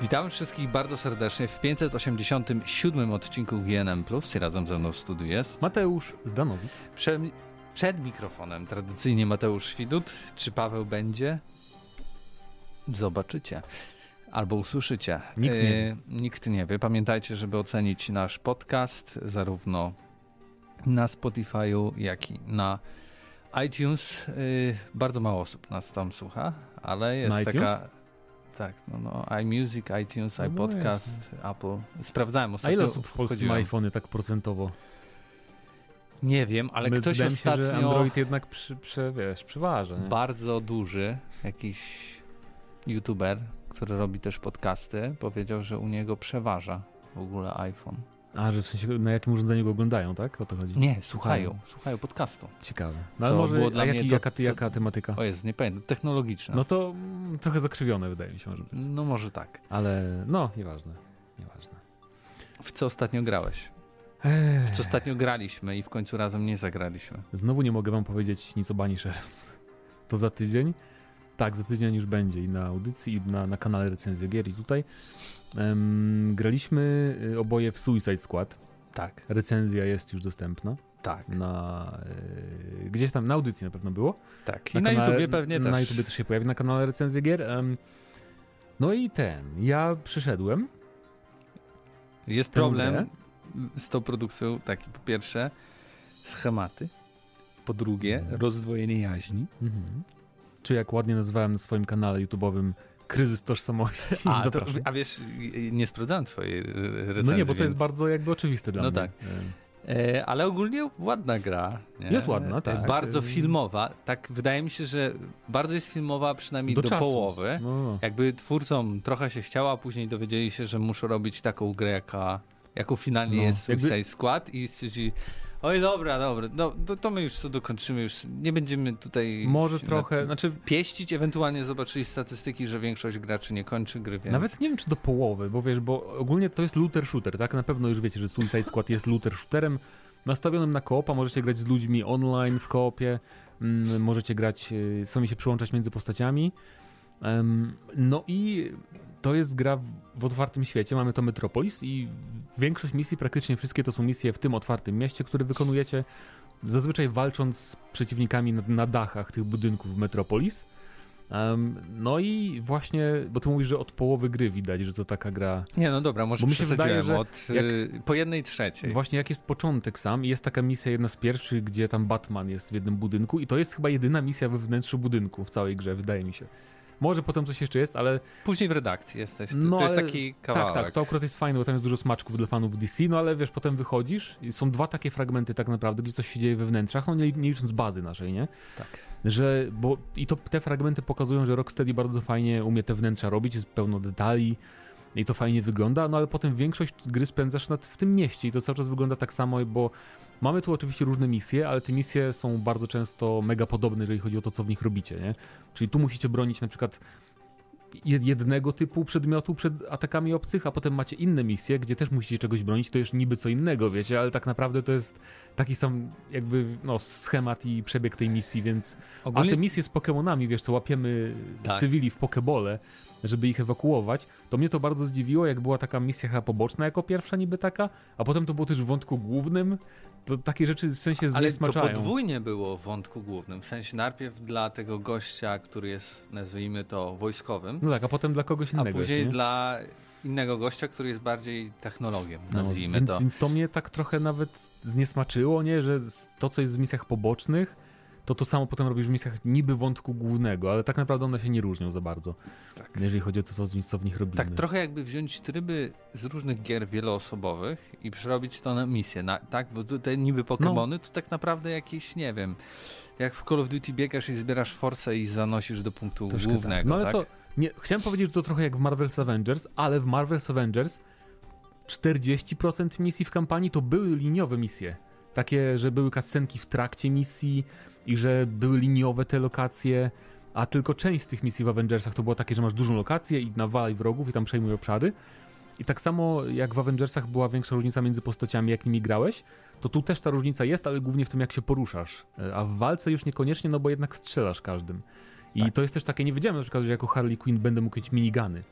Witam wszystkich bardzo serdecznie w 587 odcinku GNM+. Razem ze mną w studiu jest Mateusz Zdanowicz. Przed mikrofonem tradycyjnie Mateusz Widut. Czy Paweł będzie? Zobaczycie. Albo usłyszycie. Nikt nie wie. Pamiętajcie, żeby ocenić nasz podcast zarówno na Spotify'u, jak i na iTunes. Bardzo mało osób nas tam słucha, ale jest taka... Tak, iMusic, iTunes, iPodcast, Apple. Sprawdzałem ostatnio. A ile osób w Polsce ma iPhony tak procentowo? Nie wiem, ale ktoś ostatnio... Się, że Android jednak przeważa. Nie? Bardzo duży jakiś YouTuber, który robi też podcasty, powiedział, że u niego przeważa w ogóle iPhone. A, że w sensie na jakim urządzeniu go oglądają, tak? O to chodzi? Nie, słuchają podcastu. Ciekawe. No ale może dla mnie jaka tematyka? O Jezu, nie pamiętam, technologiczna. No to trochę zakrzywione wydaje mi się. Może być. No może tak. Ale nieważne. W co ostatnio grałeś? W co ostatnio graliśmy i w końcu razem nie zagraliśmy? Znowu nie mogę wam powiedzieć nic o Banishers. To za tydzień? Tak, za tydzień już będzie i na audycji, i na kanale Recenzja Gier i tutaj. Graliśmy oboje w Suicide Squad. Tak. Recenzja jest już dostępna. Tak. Gdzieś tam na audycji na pewno było. Tak. I na YouTubie pewnie też. Na YouTubie też się pojawi, na kanale Recenzja Gier. No i ja przyszedłem. Jest problem z tą produkcją, taki po pierwsze schematy, po drugie rozdwojenie jaźni. Czy jak ładnie nazwałem na swoim kanale YouTube'owym kryzys tożsamości. A wiesz, nie sprawdzałem twojej recenzji. No nie, bo to jest bardzo jakby oczywiste dla mnie. No tak. Ale ogólnie ładna gra. Nie? Jest ładna, tak. Bardzo filmowa. Tak, wydaje mi się, że bardzo jest filmowa przynajmniej do połowy. No. Jakby twórcom trochę się chciało, a później dowiedzieli się, że muszą robić taką grę, jaką finalnie jest Suicide Squad i stwierdzili, oj dobra, to my już to dokończymy, już nie będziemy tutaj może trochę, pieścić, ewentualnie zobaczyli statystyki, że większość graczy nie kończy gry, więc... Nawet nie wiem, czy do połowy, bo ogólnie to jest looter shooter, tak? Na pewno już wiecie, że Suicide Squad jest looter shooterem nastawionym na koopa, możecie grać z ludźmi online w koopie, możecie grać, sami się przyłączać między postaciami. No i to jest gra w otwartym świecie, mamy to Metropolis i większość misji, praktycznie wszystkie to są misje w tym otwartym mieście, które wykonujecie, zazwyczaj walcząc z przeciwnikami na dachach tych budynków w Metropolis. No i właśnie, bo ty mówisz, że od połowy gry widać, że to taka gra... Nie, no dobra, może przesadziłem po 1/3. Właśnie jak jest początek sam i jest taka misja, jedna z pierwszych, gdzie tam Batman jest w jednym budynku i to jest chyba jedyna misja we wnętrzu budynku w całej grze, wydaje mi się. Może potem coś jeszcze jest, ale... Później w redakcji jesteś. To jest taki kawałek. Tak, to akurat jest fajne, bo tam jest dużo smaczków dla fanów DC, no ale wiesz, potem wychodzisz i są dwa takie fragmenty tak naprawdę, gdzie coś się dzieje we wnętrzach, nie licząc bazy naszej, nie? Tak. Te fragmenty pokazują, że Rocksteady bardzo fajnie umie te wnętrza robić, jest pełno detali i to fajnie wygląda, no ale potem większość gry spędzasz w tym mieście i to cały czas wygląda tak samo, bo mamy tu oczywiście różne misje, ale te misje są bardzo często mega podobne, jeżeli chodzi o to, co w nich robicie, nie? Czyli tu musicie bronić na przykład jednego typu przedmiotu przed atakami obcych, a potem macie inne misje, gdzie też musicie czegoś bronić, to już niby co innego, wiecie, ale tak naprawdę to jest taki sam jakby schemat i przebieg tej misji, więc... Ogólnie... A te misje z Pokemonami, wiesz co, łapiemy cywili w Pokebole, żeby ich ewakuować, to mnie to bardzo zdziwiło, jak była taka misja chyba poboczna jako pierwsza niby taka, a potem to było też w wątku głównym, to takie rzeczy w sensie zniesmaczają. Ale to podwójnie było w wątku głównym, w sensie najpierw dla tego gościa, który jest, nazwijmy to, wojskowym. No tak, a potem dla kogoś innego. A później dla innego gościa, który jest bardziej technologiem, nazwijmy to. Więc to mnie tak trochę nawet zniesmaczyło, nie, że to, co jest w misjach pobocznych, to samo potem robisz w misjach niby wątku głównego, ale tak naprawdę one się nie różnią za bardzo, jeżeli chodzi o to, co w nich robimy. Tak, trochę jakby wziąć tryby z różnych gier wieloosobowych i przerobić to na misję, tak? Bo te niby Pokemony to tak naprawdę jakieś, nie wiem, jak w Call of Duty biegasz i zbierasz force i zanosisz do punktu głównego, tak? No ale to, chciałem powiedzieć, że to trochę jak w Marvel's Avengers, ale w Marvel's Avengers 40% misji w kampanii to były liniowe misje. Takie, że były cutscenki w trakcie misji i że były liniowe te lokacje, a tylko część z tych misji w Avengersach to było takie, że masz dużą lokację i nawalaj wrogów i tam przejmuj obszary. I tak samo jak w Avengersach była większa różnica między postaciami, jak nimi grałeś, to tu też ta różnica jest, ale głównie w tym, jak się poruszasz. A w walce już niekoniecznie, no bo jednak strzelasz każdym. I to jest też takie, nie wiedziałem na przykład, że jako Harley Quinn będę mógł mieć minigany.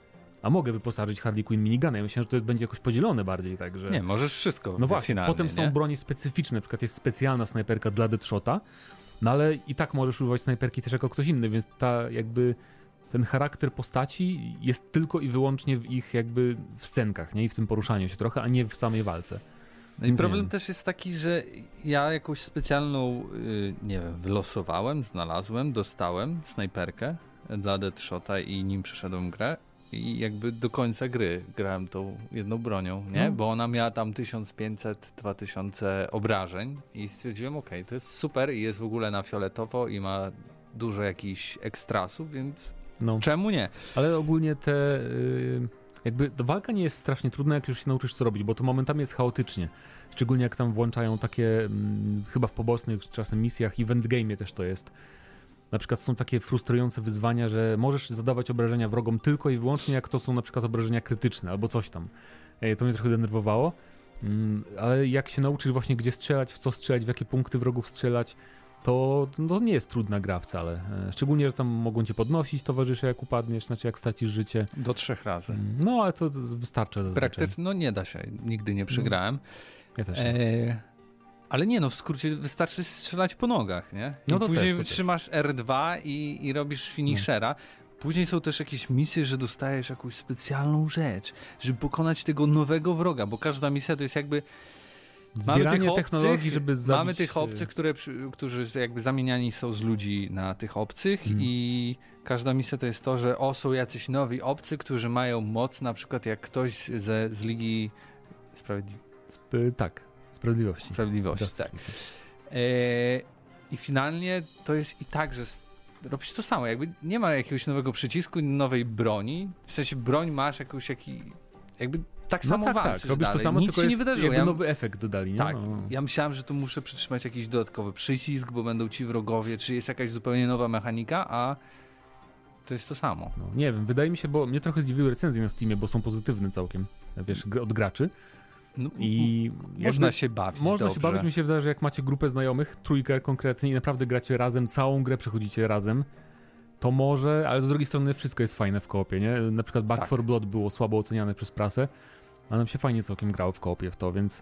A mogę wyposażyć Harley Quinn minigunę. Ja myślę, że to będzie jakoś podzielone bardziej, także... Nie, możesz wszystko. No właśnie, finalnie, potem nie? są broni specyficzne, na przykład jest specjalna snajperka dla Deadshota, no ale i tak możesz używać snajperki też jako ktoś inny, więc ten charakter postaci jest tylko i wyłącznie w ich jakby w scenkach, nie? I w tym poruszaniu się trochę, a nie w samej walce. No i problem też jest taki, że ja jakąś specjalną, nie wiem, wylosowałem, znalazłem, dostałem snajperkę dla Deadshota i nim przeszedłem grę i jakby do końca gry grałem tą jedną bronią, nie? Bo ona miała tam 1500-2000 obrażeń i stwierdziłem, okej, to jest super i jest w ogóle na fioletowo i ma dużo jakichś ekstrasów, więc czemu nie? Ale ogólnie jakby walka nie jest strasznie trudna, jak już się nauczysz co robić, bo to momentami jest chaotycznie. Szczególnie jak tam włączają takie, chyba w pobocznych czasem misjach i w endgame'ie też to jest. Na przykład są takie frustrujące wyzwania, że możesz zadawać obrażenia wrogom tylko i wyłącznie jak to są na przykład obrażenia krytyczne albo coś tam. To mnie trochę denerwowało, ale jak się nauczysz właśnie gdzie strzelać, w co strzelać, w jakie punkty wrogów strzelać, to nie jest trudna gra wcale. Szczególnie, że tam mogą cię podnosić towarzysze jak upadniesz, znaczy jak stracisz życie. Do 3 razy. No, ale to wystarcza zazwyczaj. Praktycznie, nie da się. Nigdy nie przegrałem. Ja też nie. Ale nie, w skrócie wystarczy strzelać po nogach, nie? I to później też. trzymasz R2 i robisz finishera. Później są też jakieś misje, że dostajesz jakąś specjalną rzecz, żeby pokonać tego nowego wroga, bo każda misja to jest jakby... Mamy tych obcych, którzy jakby zamieniani są z ludzi na tych obcych i każda misja to jest to, że są jacyś nowi obcy, którzy mają moc, na przykład jak ktoś z Ligi Sprawiedliwości, tak. I finalnie to jest i tak, że robisz to samo, jakby nie ma jakiegoś nowego przycisku, nowej broni, w sensie broń masz jakby tak samo walczysz tak. Robisz dalej. To samo, Nic się nie wydarzyło. Jakby nowy efekt dodali, nie? Tak, ja myślałem, że tu muszę przytrzymać jakiś dodatkowy przycisk, bo będą ci wrogowie, czy jest jakaś zupełnie nowa mechanika, a to jest to samo. Nie wiem, wydaje mi się, bo mnie trochę zdziwiły recenzje na Steamie, bo są pozytywne całkiem, wiesz, od graczy. I można się bawić dobrze. Się bawić, mi się wydaje, że jak macie grupę znajomych, 3 konkretnie i naprawdę gracie razem, całą grę przechodzicie razem, to może, ale z drugiej strony wszystko jest fajne w koopie, nie? Na przykład Back 4 Blood było słabo oceniane przez prasę, a nam się fajnie całkiem grało w koopie w to, więc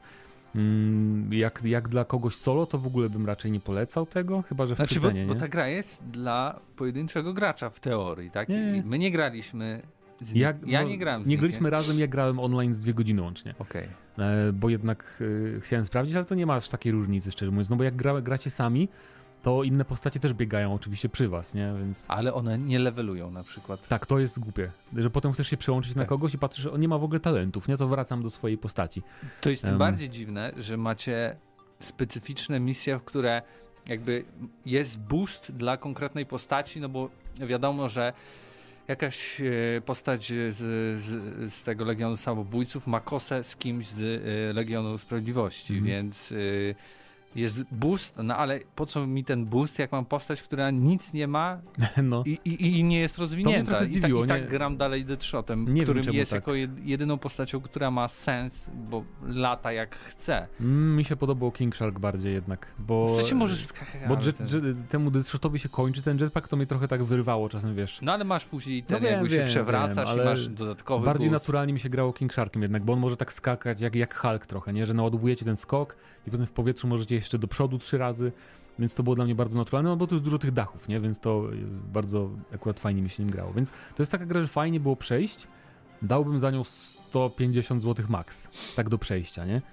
jak dla kogoś solo, to w ogóle bym raczej nie polecał tego, chyba że w przecenie, bo ta gra jest dla pojedynczego gracza w teorii, tak? I my nie graliśmy ja nie grałem z Nie graliśmy razem, ja grałem online z 2 godziny łącznie. Okej. Bo jednak chciałem sprawdzić, ale to nie ma aż takiej różnicy, szczerze mówiąc, no bo jak gracie sami, to inne postacie też biegają oczywiście przy was, nie? Więc... Ale one nie levelują na przykład. Tak, to jest głupie, że potem chcesz się przełączyć na kogoś i patrzysz, że on nie ma w ogóle talentów, nie? To wracam do swojej postaci. To jest tym bardziej dziwne, że macie specyficzne misje, w które jakby jest boost dla konkretnej postaci, no bo wiadomo, że jakaś postać z tego Legionu Samobójców ma kosę z kimś z Legionu Sprawiedliwości, więc jest boost, no ale po co mi ten boost, jak mam postać, która nic nie ma i nie jest rozwinięta. I tak gram dalej Deadshotem, którym jest jako jedyną postacią, która ma sens, bo lata jak chce. Mi się podobał King Shark bardziej jednak, bo... W sensie możesz skakać. Bo temu Deadshotowi się kończy ten jetpack, to mnie trochę tak wyrywało czasem, wiesz. No ale masz później jakby się przewracasz i masz dodatkowy bardziej boost. naturalnie mi się grało King Sharkiem jednak, bo on może tak skakać jak Hulk trochę, nie? Że naładowujecie ten skok i potem w powietrzu możecie jeszcze do przodu 3 razy, więc to było dla mnie bardzo naturalne, no bo tu jest dużo tych dachów, nie? Więc to bardzo akurat fajnie mi się nim grało. Więc to jest taka gra, że fajnie było przejść. Dałbym za nią 150 zł max, tak do przejścia, nie?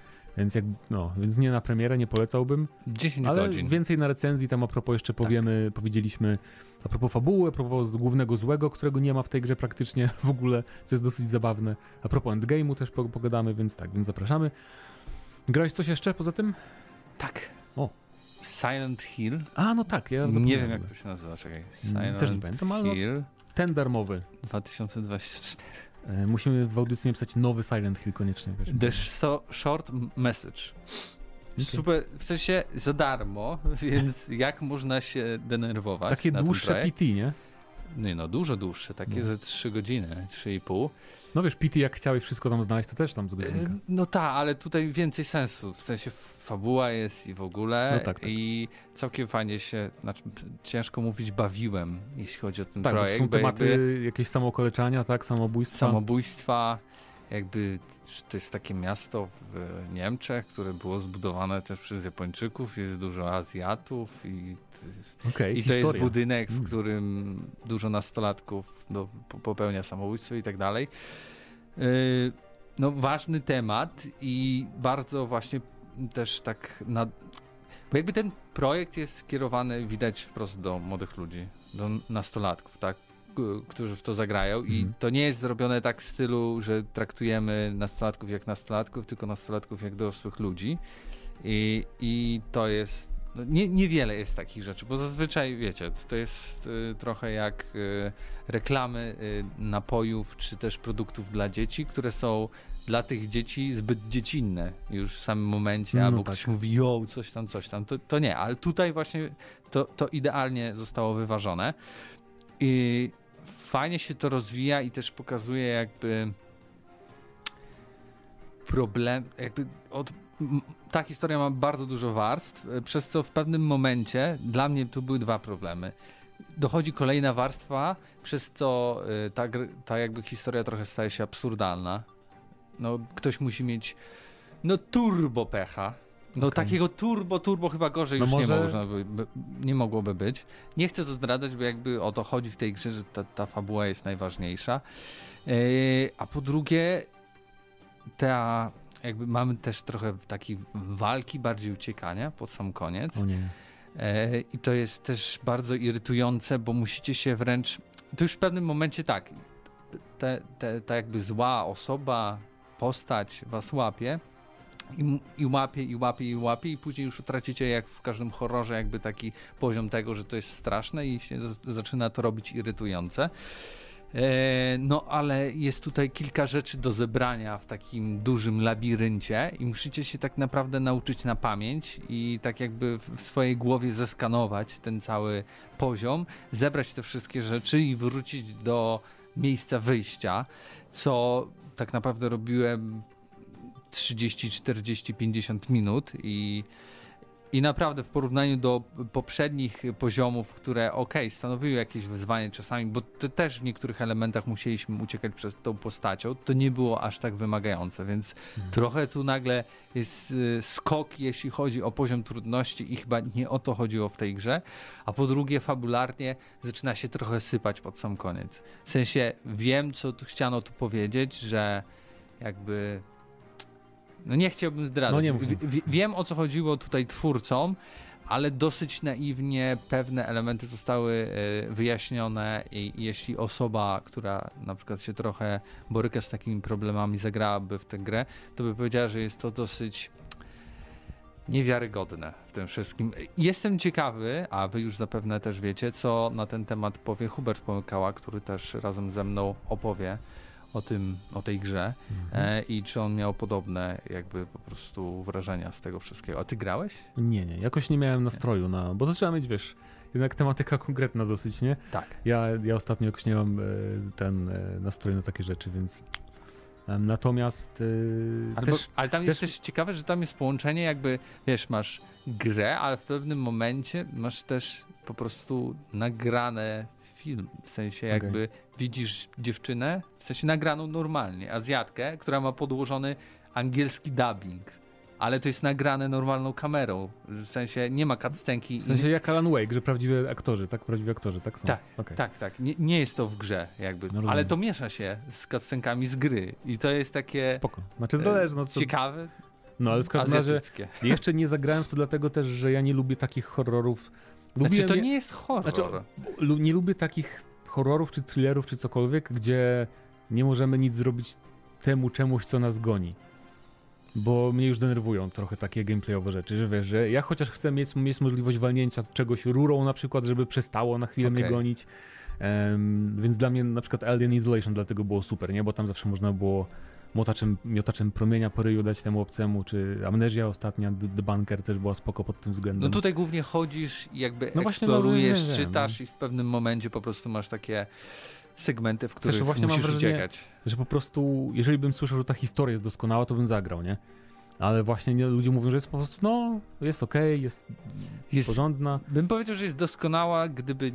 Więc nie na premierę, nie polecałbym. 10 ale godzin. Więcej na recenzji, tam a propos jeszcze powiedzieliśmy, a propos fabuły, a propos głównego złego, którego nie ma w tej grze praktycznie w ogóle, co jest dosyć zabawne. A propos endgame'u też pogadamy, więc zapraszamy. Grałeś coś jeszcze poza tym? Tak. O. Silent Hill. A, no tak. Ja nie wiem, jak to się nazywa. Czekaj. Też nie pamiętam, ale Hill. Ten darmowy. 2024. Musimy w audycji napisać nowy Silent Hill koniecznie. Wiesz. The Short Message. Okay. Super, w sensie za darmo, więc jak można się denerwować takie na dłuższe PT, nie? dużo dłuższe, takie ze 3 godziny, 3,5. No wiesz, Pity jak chciałeś wszystko tam znaleźć, to też tam z godzinka. No tak, ale tutaj więcej sensu, w sensie fabuła jest i w ogóle no tak. I całkiem fajnie się, znaczy ciężko mówić, bawiłem, jeśli chodzi o ten tak, projekt. Są tematy jakieś samookaleczania, tak, samobójstwa, jakby to jest takie miasto w Niemczech, które było zbudowane też przez Japończyków, jest dużo Azjatów i to jest budynek, w którym dużo nastolatków popełnia samobójstwo i tak dalej. No ważny temat i bardzo właśnie też tak bo jakby ten projekt jest skierowany, widać wprost do młodych ludzi, do nastolatków, tak? Którzy w to zagrają i to nie jest zrobione tak w stylu, że traktujemy nastolatków jak nastolatków, tylko nastolatków jak dorosłych ludzi i to jest niewiele jest takich rzeczy, bo zazwyczaj wiecie, to jest trochę jak reklamy napojów czy też produktów dla dzieci, które są dla tych dzieci zbyt dziecinne już w samym momencie, albo ktoś mówi coś tam, to nie, ale tutaj właśnie to idealnie zostało wyważone i fajnie się to rozwija i też pokazuje jakby problem, ta historia ma bardzo dużo warstw, przez co w pewnym momencie dla mnie tu były 2 problemy. Dochodzi kolejna warstwa, przez to ta jakby historia trochę staje się absurdalna. No ktoś musi mieć turbo pecha. Takiego turbo chyba gorzej już nie mogłoby być. Nie chcę to zdradzać, bo jakby o to chodzi w tej grze, że ta fabuła jest najważniejsza. A po drugie, jakby mamy też trochę takiej walki, bardziej uciekania pod sam koniec. O nie. I to jest też bardzo irytujące, bo musicie się wręcz... To już w pewnym momencie tak, ta jakby zła osoba, postać was łapie i łapie i później już tracicie jak w każdym horrorze jakby taki poziom tego, że to jest straszne i się zaczyna to robić irytujące. No ale jest tutaj kilka rzeczy do zebrania w takim dużym labiryncie i musicie się tak naprawdę nauczyć na pamięć i tak jakby w swojej głowie zeskanować ten cały poziom, zebrać te wszystkie rzeczy i wrócić do miejsca wyjścia, co tak naprawdę robiłem 30, 40, 50 minut i naprawdę w porównaniu do poprzednich poziomów, które stanowiły jakieś wyzwanie czasami, bo też w niektórych elementach musieliśmy uciekać przed tą postacią, to nie było aż tak wymagające, więc trochę tu nagle jest skok, jeśli chodzi o poziom trudności i chyba nie o to chodziło w tej grze, a po drugie fabularnie zaczyna się trochę sypać pod sam koniec. W sensie wiem, co tu chciano tu powiedzieć, że jakby... No nie chciałbym zdradzać. Wiem, o co chodziło tutaj twórcom, ale dosyć naiwnie pewne elementy zostały wyjaśnione i jeśli osoba, która na przykład się trochę boryka z takimi problemami, zagrałaby w tę grę, to by powiedziała, że jest to dosyć niewiarygodne w tym wszystkim. Jestem ciekawy, a wy już zapewne też wiecie, co na ten temat powie Hubert Pomykała, który też razem ze mną opowie o tej grze i czy on miał podobne jakby po prostu wrażenia z tego wszystkiego. A ty grałeś? Nie, jakoś nie miałem nastroju bo to trzeba mieć, wiesz, jednak tematyka konkretna dosyć, nie? Tak. Ja ostatnio jakoś nie mam nastroju na takie rzeczy, więc natomiast... ale tam jest też ciekawe, że tam jest połączenie jakby, wiesz, masz grę, ale w pewnym momencie masz też po prostu nagrane film, w sensie jakby widzisz dziewczynę, w sensie nagraną normalnie, Azjatkę, która ma podłożony angielski dubbing, ale to jest nagrane normalną kamerą, w sensie nie ma cutscenki. W sensie jak Alan Wake, że prawdziwi aktorzy, tak są? Tak. Nie jest to w grze jakby, ale to miesza się z cutscenkami z gry i to jest takie... Spoko. Znaczy zależy. Ciekawe. No ale w każdym razie jeszcze nie zagrałem w to dlatego też, że ja nie lubię takich horrorów. To nie jest horror. Nie lubię takich horrorów, czy thrillerów, czy cokolwiek, gdzie nie możemy nic zrobić temu czemuś, co nas goni. Bo mnie już denerwują trochę takie gameplayowe rzeczy, że wiesz, że ja chociaż chcę mieć możliwość walnięcia czegoś rurą na przykład, żeby przestało na chwilę mnie gonić. Więc dla mnie na przykład Alien Isolation dlatego było super, nie? Bo tam zawsze można było miotaczem promienia po ryju dać temu obcemu, czy Amnezja ostatnia, The Bunker też była spoko pod tym względem. No tutaj głównie chodzisz i jakby eksplorujesz, właśnie, czytasz i w pewnym momencie po prostu masz takie segmenty, w których właśnie musisz mam wrażenie, uciekać. Że po prostu, jeżeli bym słyszał, że ta historia jest doskonała, to bym zagrał, nie? Ale właśnie ludzie mówią, że jest po prostu, no, jest okej, jest porządna. Bym powiedział, że jest doskonała, gdyby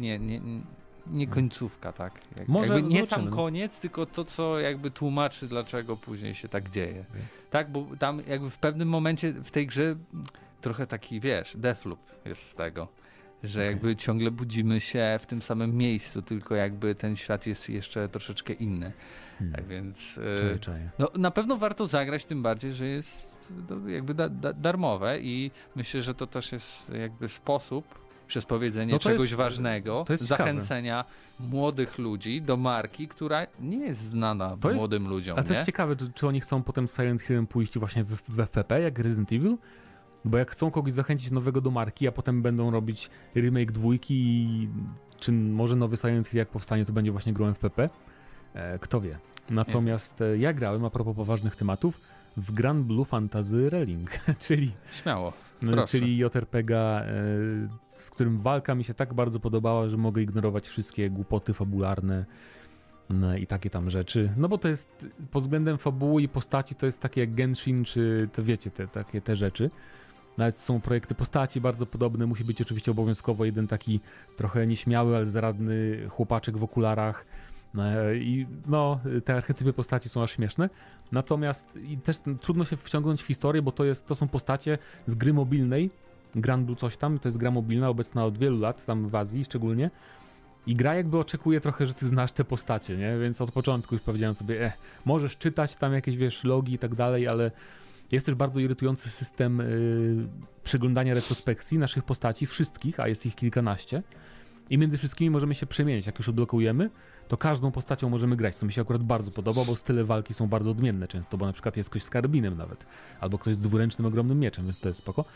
nie końcówka, tak? Może jakby nie zobaczymy. sam koniec, tylko to, co jakby tłumaczy, dlaczego później się tak dzieje. Tak, bo tam jakby w pewnym momencie w tej grze trochę taki, wiesz, Deathloop jest z tego, że jakby ciągle budzimy się w tym samym miejscu, tylko jakby ten świat jest jeszcze troszeczkę inny. Tak więc no, na pewno warto zagrać, tym bardziej, że jest jakby darmowe i myślę, że to też jest jakby sposób przez powiedzenie czegoś ważnego, zachęcenia młodych ludzi do marki, która nie jest znana młodym ludziom. A to jest ciekawe, czy oni chcą potem z Silent Hillem pójść właśnie w FPP, jak Resident Evil? Bo jak chcą kogoś zachęcić nowego do marki, a potem będą robić remake 2 czy może nowy Silent Hill jak powstanie, to będzie właśnie grą FPP? Kto wie. Natomiast ja grałem, a propos poważnych tematów, w Grand Blue Fantasy Relink, czyli... Śmiało. Czyli JRPG-a, w którym walka mi się tak bardzo podobała, że mogę ignorować wszystkie głupoty fabularne i takie tam rzeczy. No bo to jest pod względem fabuły i postaci to jest takie jak Genshin, czy to wiecie, te rzeczy. Nawet są projekty postaci bardzo podobne. Musi być oczywiście obowiązkowo jeden taki trochę nieśmiały, ale zaradny chłopaczek w okularach. I no, te archetypy postaci są aż śmieszne. Natomiast i też trudno się wciągnąć w historię, bo to są postacie z gry mobilnej. Grand Blue coś tam, to jest gra mobilna obecna od wielu lat, tam w Azji szczególnie. I gra jakby oczekuje trochę, że ty znasz te postacie, nie? Więc od początku już powiedziałem sobie, możesz czytać tam jakieś, wiesz, logi i tak dalej, ale jest też bardzo irytujący system przeglądania retrospekcji naszych postaci, wszystkich, a jest ich kilkanaście. I między wszystkimi możemy się przemienić. Jak już odblokujemy, to każdą postacią możemy grać, co mi się akurat bardzo podoba, bo style walki są bardzo odmienne często, bo na przykład jest ktoś z karabinem nawet, albo ktoś z dwuręcznym, ogromnym mieczem, więc to jest spoko.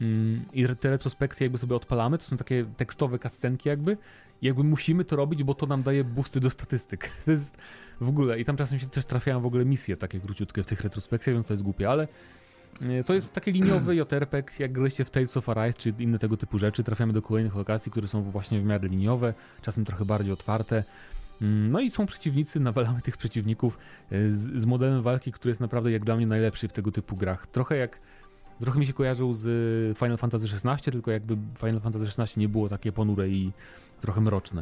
I te retrospekcje jakby sobie odpalamy, to są takie tekstowe cutscenki jakby musimy to robić, bo to nam daje boosty do statystyk. To jest w ogóle, i tam czasem się też trafiają w ogóle misje takie króciutkie w tych retrospekcjach, więc to jest głupie, ale to jest taki liniowy JRPG, jak graliście w Tales of Arise, czy inne tego typu rzeczy, trafiamy do kolejnych lokacji, które są właśnie w miarę liniowe, czasem trochę bardziej otwarte. No i są przeciwnicy, nawalamy tych przeciwników z modelem walki, który jest naprawdę jak dla mnie najlepszy w tego typu grach. Trochę mi się kojarzył z Final Fantasy XVI, tylko jakby Final Fantasy XVI nie było takie ponure i trochę mroczne.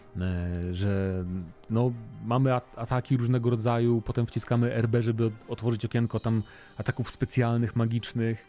Że no, mamy ataki różnego rodzaju, potem wciskamy RB, żeby otworzyć okienko tam ataków specjalnych, magicznych,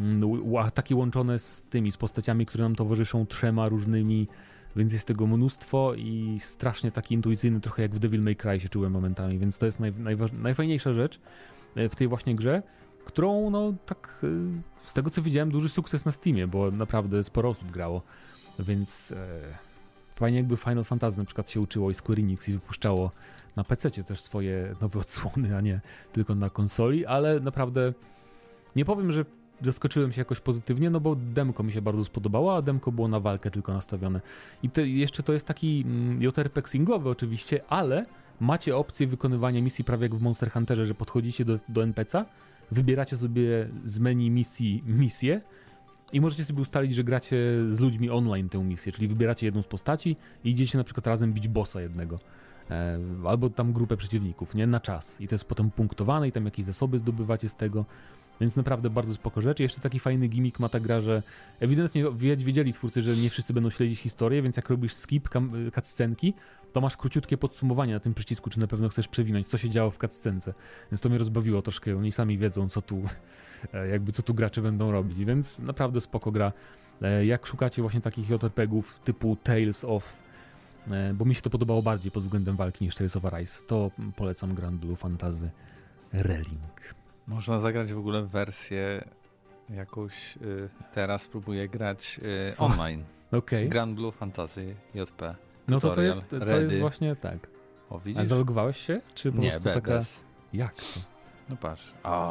ataki łączone z postaciami, które nam towarzyszą, 3 różnymi, więc jest tego mnóstwo i strasznie taki intuicyjny, trochę jak w Devil May Cry się czułem momentami, więc to jest najfajniejsza rzecz w tej właśnie grze, którą no tak z tego co widziałem duży sukces na Steamie, bo naprawdę sporo osób grało, więc fajnie jakby Final Fantasy na przykład się uczyło i Square Enix i wypuszczało na PC-cie też swoje nowe odsłony, a nie tylko na konsoli, ale naprawdę nie powiem, że zaskoczyłem się jakoś pozytywnie, no bo demko mi się bardzo spodobało, a demko było na walkę tylko nastawione. I jeszcze to jest taki JRPG singlowy oczywiście, ale macie opcję wykonywania misji prawie jak w Monster Hunterze, że podchodzicie do NPC-a, wybieracie sobie z menu misję i możecie sobie ustalić, że gracie z ludźmi online tę misję, czyli wybieracie jedną z postaci i idziecie na przykład razem bić bossa jednego. Albo tam grupę przeciwników, nie? Na czas. I to jest potem punktowane i tam jakieś zasoby zdobywacie z tego. Więc naprawdę bardzo spoko rzecz. Jeszcze taki fajny gimmick ma ta gra, że ewidentnie wiedzieli twórcy, że nie wszyscy będą śledzić historię, więc jak robisz skip cutscenki, to masz króciutkie podsumowanie na tym przycisku, czy na pewno chcesz przewinąć, co się działo w cutscence. Więc to mnie rozbawiło troszkę. Oni sami wiedzą, co tu gracze będą robić. Więc naprawdę spoko gra. Jak szukacie właśnie takich JRPG-ów typu Tales of, bo mi się to podobało bardziej pod względem walki niż Tales of Arise, to polecam Grand Blue Fantasy Relink. Można zagrać w ogóle w wersję jakąś, teraz próbuję grać online. Okay. Grand Blue Fantasy JP. No to jest właśnie tak. O, widzisz? A zalogowałeś się? Czy po prostu taka... bez. Jak to? No patrz.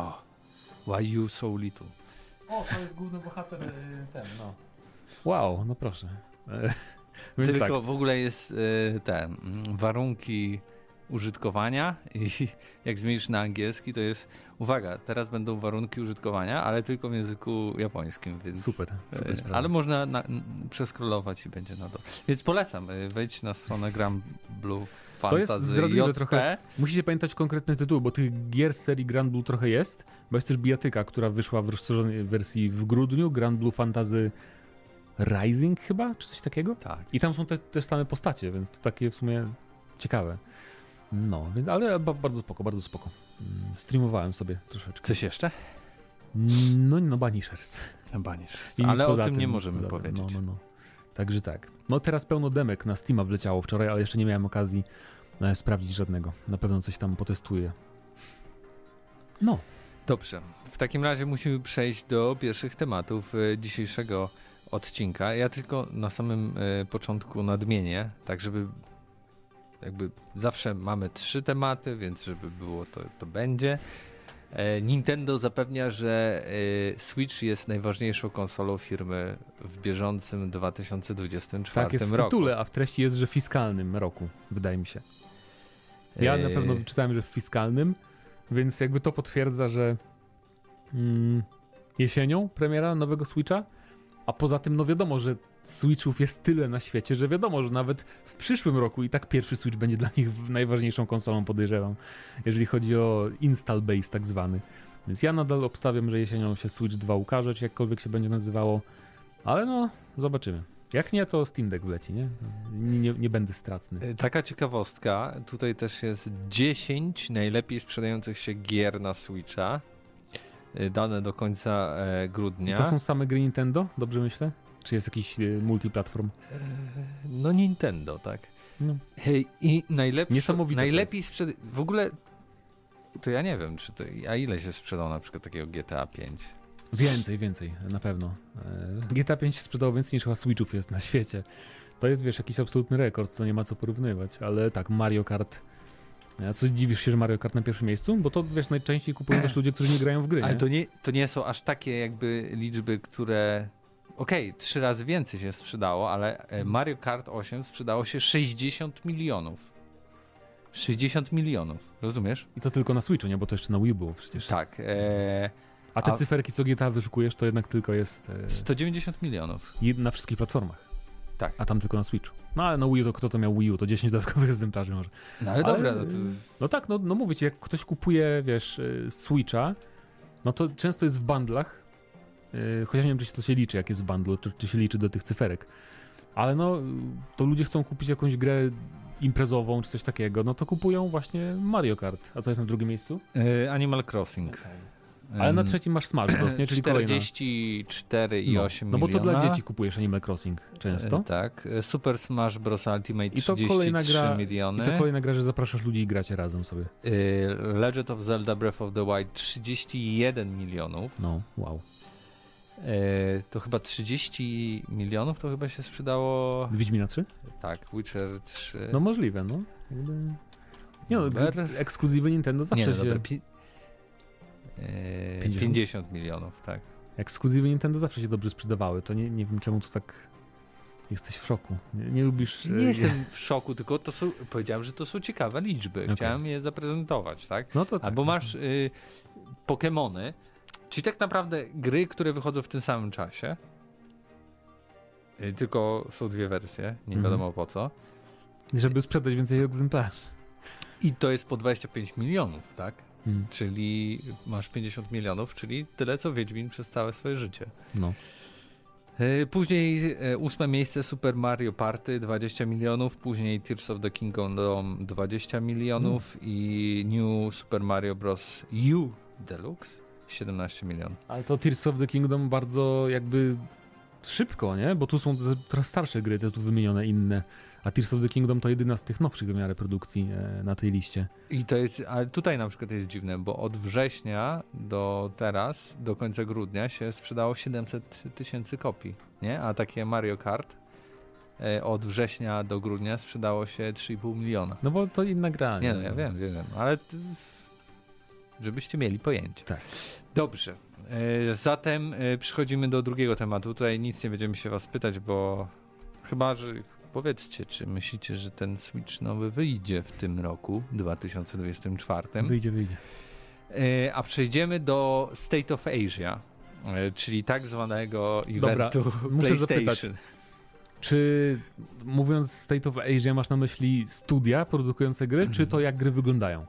Why you so little? To jest główny bohater no. Wow, no proszę. Tylko tak. W ogóle jest warunki użytkowania i jak zmienisz na angielski, to jest, uwaga, teraz będą warunki użytkowania, ale tylko w języku japońskim, więc super ale można przeskrolować i będzie na to. Więc polecam, wejdź na stronę Granblue Fantasy. To jest zdradliwe trochę. Musicie pamiętać konkretny tytuł, bo tych gier z serii Granblue trochę jest, bo jest też bijatyka, która wyszła w rozszerzonej wersji w grudniu, Granblue Fantasy Rising chyba, czy coś takiego? Tak. I tam są też same postacie, więc to takie w sumie ciekawe. No, więc, ale bardzo spoko, bardzo spoko. Streamowałem sobie troszeczkę. Coś jeszcze? No Banishers. Banishers. Ale o tym nie możemy powiedzieć. No. Także tak. No teraz pełno demek na Steama wleciało wczoraj, ale jeszcze nie miałem okazji sprawdzić żadnego. Na pewno coś tam potestuję. No. Dobrze. W takim razie musimy przejść do pierwszych tematów dzisiejszego odcinka. Ja tylko na samym początku nadmienię, tak żeby jakby zawsze mamy 3 tematy, więc żeby było to będzie. Nintendo zapewnia, że Switch jest najważniejszą konsolą firmy w bieżącym 2024 roku. Tak, jest w tytule, a w treści jest, że w fiskalnym roku, wydaje mi się. Ja na pewno czytałem, że w fiskalnym, więc jakby to potwierdza, że jesienią premiera nowego Switcha, a poza tym no wiadomo, że Switchów jest tyle na świecie, że wiadomo, że nawet w przyszłym roku i tak pierwszy Switch będzie dla nich najważniejszą konsolą, podejrzewam, jeżeli chodzi o install base tak zwany. Więc ja nadal obstawiam, że jesienią się Switch 2 ukaże, czy jakkolwiek się będzie nazywało, ale no, zobaczymy. Jak nie, to Steam Deck wleci, nie? Nie będę stratny. Taka ciekawostka, tutaj też jest 10 najlepiej sprzedających się gier na Switcha, dane do końca grudnia. I to są same gry Nintendo? Dobrze myślę? Czy jest jakiś multiplatform? No Nintendo, tak. No. I najlepiej w ogóle to ja nie wiem, a ile się sprzedał na przykład takiego GTA 5? Więcej, na pewno. GTA 5 się sprzedało więcej niż chyba Switchów jest na świecie. To jest, wiesz, jakiś absolutny rekord, co nie ma co porównywać, ale tak, Mario Kart. A co, dziwisz się, że Mario Kart na pierwszym miejscu? Bo to, wiesz, najczęściej kupują też ludzie, którzy nie grają w gry, nie? Ale to nie są aż takie jakby liczby, które... Okej, 3 razy więcej się sprzedało, ale Mario Kart 8 sprzedało się 60 milionów. 60 milionów, rozumiesz? I to tylko na Switchu, nie? Bo to jeszcze na Wii było przecież. Tak. A te cyferki, co GTA wyszukujesz, to jednak tylko jest... 190 milionów. Na wszystkich platformach. Tak. A tam tylko na Switchu. No ale na Wii U, to kto to miał Wii U? To 10 dodatkowych egzemplarzy może. No ale dobra. No tak, no mówię ci, jak ktoś kupuje, wiesz, Switcha, no to często jest w bundlach, chociaż nie wiem, czy to się liczy, jak jest w bundlu, czy się liczy do tych cyferek. Ale no, to ludzie chcą kupić jakąś grę imprezową, czy coś takiego, no to kupują właśnie Mario Kart. A co jest na drugim miejscu? Animal Crossing. Okay. Ale na trzecim masz Smash Bros, nie? Czyli 44,8 no bo to dla dzieci kupujesz Animal Crossing często. Tak. Super Smash Bros Ultimate 33 miliony. I to kolejna gra, że zapraszasz ludzi i gracie razem sobie. Legend of Zelda Breath of the Wild 31 milionów. No, wow. To chyba 30 milionów to chyba się sprzedało... Wiedźmina 3? Tak, Witcher 3. No możliwe, no. Nie no, ekskluzywy Nintendo zawsze się... 50 milionów, tak. Ekskluzywy Nintendo zawsze się dobrze sprzedawały, to nie wiem czemu tu tak jesteś w szoku. Nie lubisz... Nie jestem w szoku, tylko powiedziałem, że to są ciekawe liczby. Okay. Chciałem je zaprezentować, tak? No to tak. Albo masz Pokemony, czyli tak naprawdę gry, które wychodzą w tym samym czasie, tylko są 2 wersje, nie wiadomo po co. Żeby sprzedać więcej egzemplarzy. I to jest po 25 milionów, tak? Czyli masz 50 milionów, czyli tyle co Wiedźmin przez całe swoje życie. No. Później 8 miejsce Super Mario Party 20 milionów, później Tears of the Kingdom 20 milionów i New Super Mario Bros. U Deluxe 17 milionów. Ale to Tears of the Kingdom bardzo jakby szybko, nie? Bo tu są teraz starsze gry, te tu wymienione inne. A Tears of the Kingdom to jedyna z tych nowszych w miarę produkcji na tej liście. I to jest, ale tutaj na przykład jest dziwne, bo od września do teraz, do końca grudnia się sprzedało 700 000 kopii, nie? A takie Mario Kart od września do grudnia sprzedało się 3,5 miliona. No bo to inna gra. Nie, no ja wiem, ale żebyście mieli pojęcie. Tak. Dobrze. Zatem przechodzimy do drugiego tematu. Tutaj nic nie będziemy się was pytać, bo chyba, że powiedzcie, czy myślicie, że ten Switch nowy wyjdzie w tym roku, 2024? Wyjdzie. A przejdziemy do State of Asia, czyli tak zwanego eventu muszę PlayStation. Zapytać, czy mówiąc State of Asia masz na myśli studia produkujące gry, czy to jak gry wyglądają?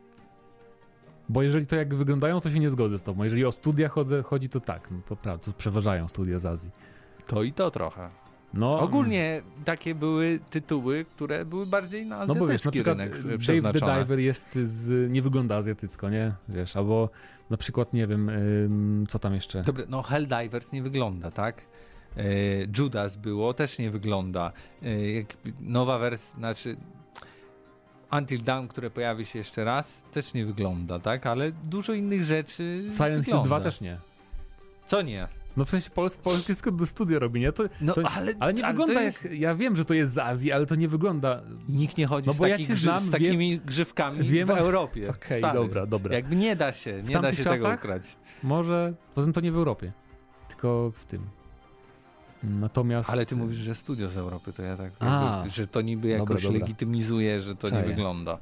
Bo jeżeli to jak wyglądają, to się nie zgodzę z tobą. Jeżeli o studia chodzi, to tak, no to prawda, to przeważają studia z Azji. To i to trochę. No, Ogólnie takie były tytuły, które były bardziej na azjatycki bo wiesz, na przykład rynek Dave the Diver nie wygląda azjatycko, nie? Wiesz, albo na przykład, nie wiem, co tam jeszcze? Dobra, no Helldivers nie wygląda, tak? Judas było, też nie wygląda. Nowa wersja, znaczy Until Dawn, które pojawi się jeszcze raz, też nie wygląda, tak? Ale dużo innych rzeczy Silent wygląda. Hill 2 też nie. Co nie? No w sensie polskie studio robi, nie? Ale nie wygląda jest... jak... Ja wiem, że to jest z Azji, ale to nie wygląda... Nikt nie chodzi z takimi grzywkami w Europie. Okej, dobra. Jakby nie da się tego ukrać. Może, poza tym to nie w Europie, tylko w tym. Natomiast... Ale ty mówisz, że studio z Europy, to ja tak jakby, że to niby jakoś legitymizuje, że to nie wygląda.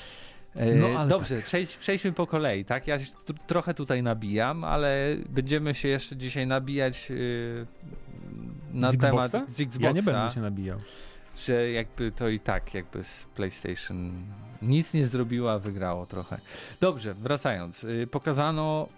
Ale dobrze, tak. Przejdźmy po kolei, tak? Ja trochę tutaj nabijam, ale będziemy się jeszcze dzisiaj nabijać na temat z Xboxa. Ja nie będę się nabijał. Że jakby to i tak jakby z PlayStation nic nie zrobiła, wygrało trochę. Dobrze, wracając. Pokazano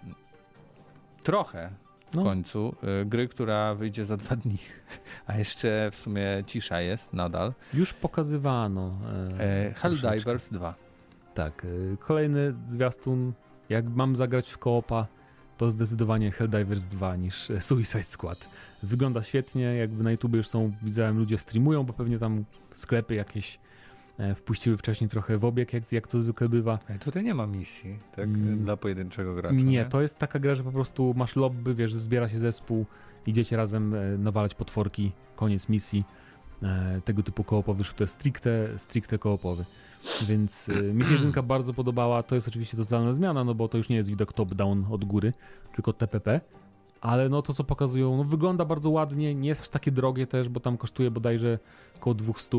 trochę w końcu gry, która wyjdzie za 2 dni, a jeszcze w sumie cisza jest nadal. Już pokazywano. Helldivers 2. Tak, kolejny zwiastun. Jak mam zagrać w koopa, to zdecydowanie Helldivers 2 niż Suicide Squad. Wygląda świetnie, jakby na YouTube już widziałem, ludzie streamują, bo pewnie tam sklepy jakieś wpuściły wcześniej trochę w obieg, jak to zwykle bywa. Tutaj nie ma misji, tak? Dla pojedynczego gracza. Nie, to jest taka gra, że po prostu masz lobby, wiesz, zbiera się zespół, idziecie razem nawalać potworki, koniec misji. Tego typu koopowy, to jest stricte koopowy. Więc mi się jedynka bardzo podobała. To jest oczywiście totalna zmiana, no bo to już nie jest widok top-down od góry, tylko TPP. Ale no to, co pokazują, wygląda bardzo ładnie, nie jest aż takie drogie też, bo tam kosztuje bodajże około 200.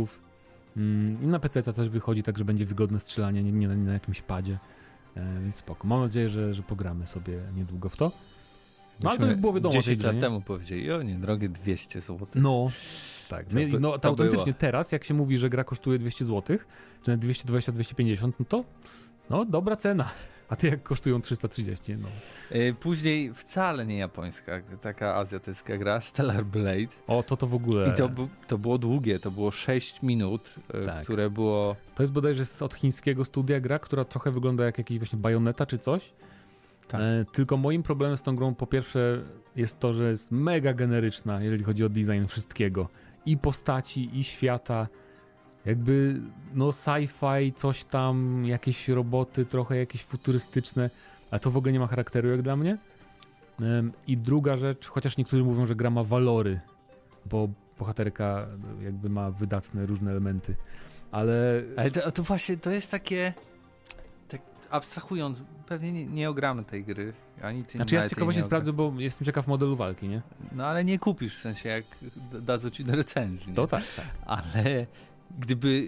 I na PC też wychodzi, tak że będzie wygodne strzelanie, nie na jakimś padzie. Więc spoko. Mam nadzieję, że pogramy sobie niedługo w to. No ale to już było wiadomo. 10 lat temu powiedzieli, nie, drogie 200 zł. No, tak. To autentycznie było. Teraz, jak się mówi, że gra kosztuje 200 zł, czy nawet 220-250, no to dobra cena. A ty jak kosztują 330, no. Później wcale nie japońska, taka azjatycka gra, Stellar Blade. O, to w ogóle. I to było długie, to było 6 minut, tak. Które było... To jest bodajże od chińskiego studia gra, która trochę wygląda jak jakiś właśnie Bayonetta czy coś. Tak. Tylko moim problemem z tą grą po pierwsze jest to, że jest mega generyczna, jeżeli chodzi o design wszystkiego. I postaci, i świata. Jakby sci-fi, coś tam, jakieś roboty, trochę jakieś futurystyczne, ale to w ogóle nie ma charakteru jak dla mnie. I druga rzecz, chociaż niektórzy mówią, że gra ma walory, bo bohaterka jakby ma wydatne różne elementy, ale to właśnie, to jest takie... Abstrahując, pewnie nie ogramy tej gry. Ani ty, znaczy ja z ciekawości sprawdzę, bo jestem ciekaw modelu walki, nie? No ale nie kupisz, w sensie jak dadzą ci do recenzji. Nie? To tak. Ale gdyby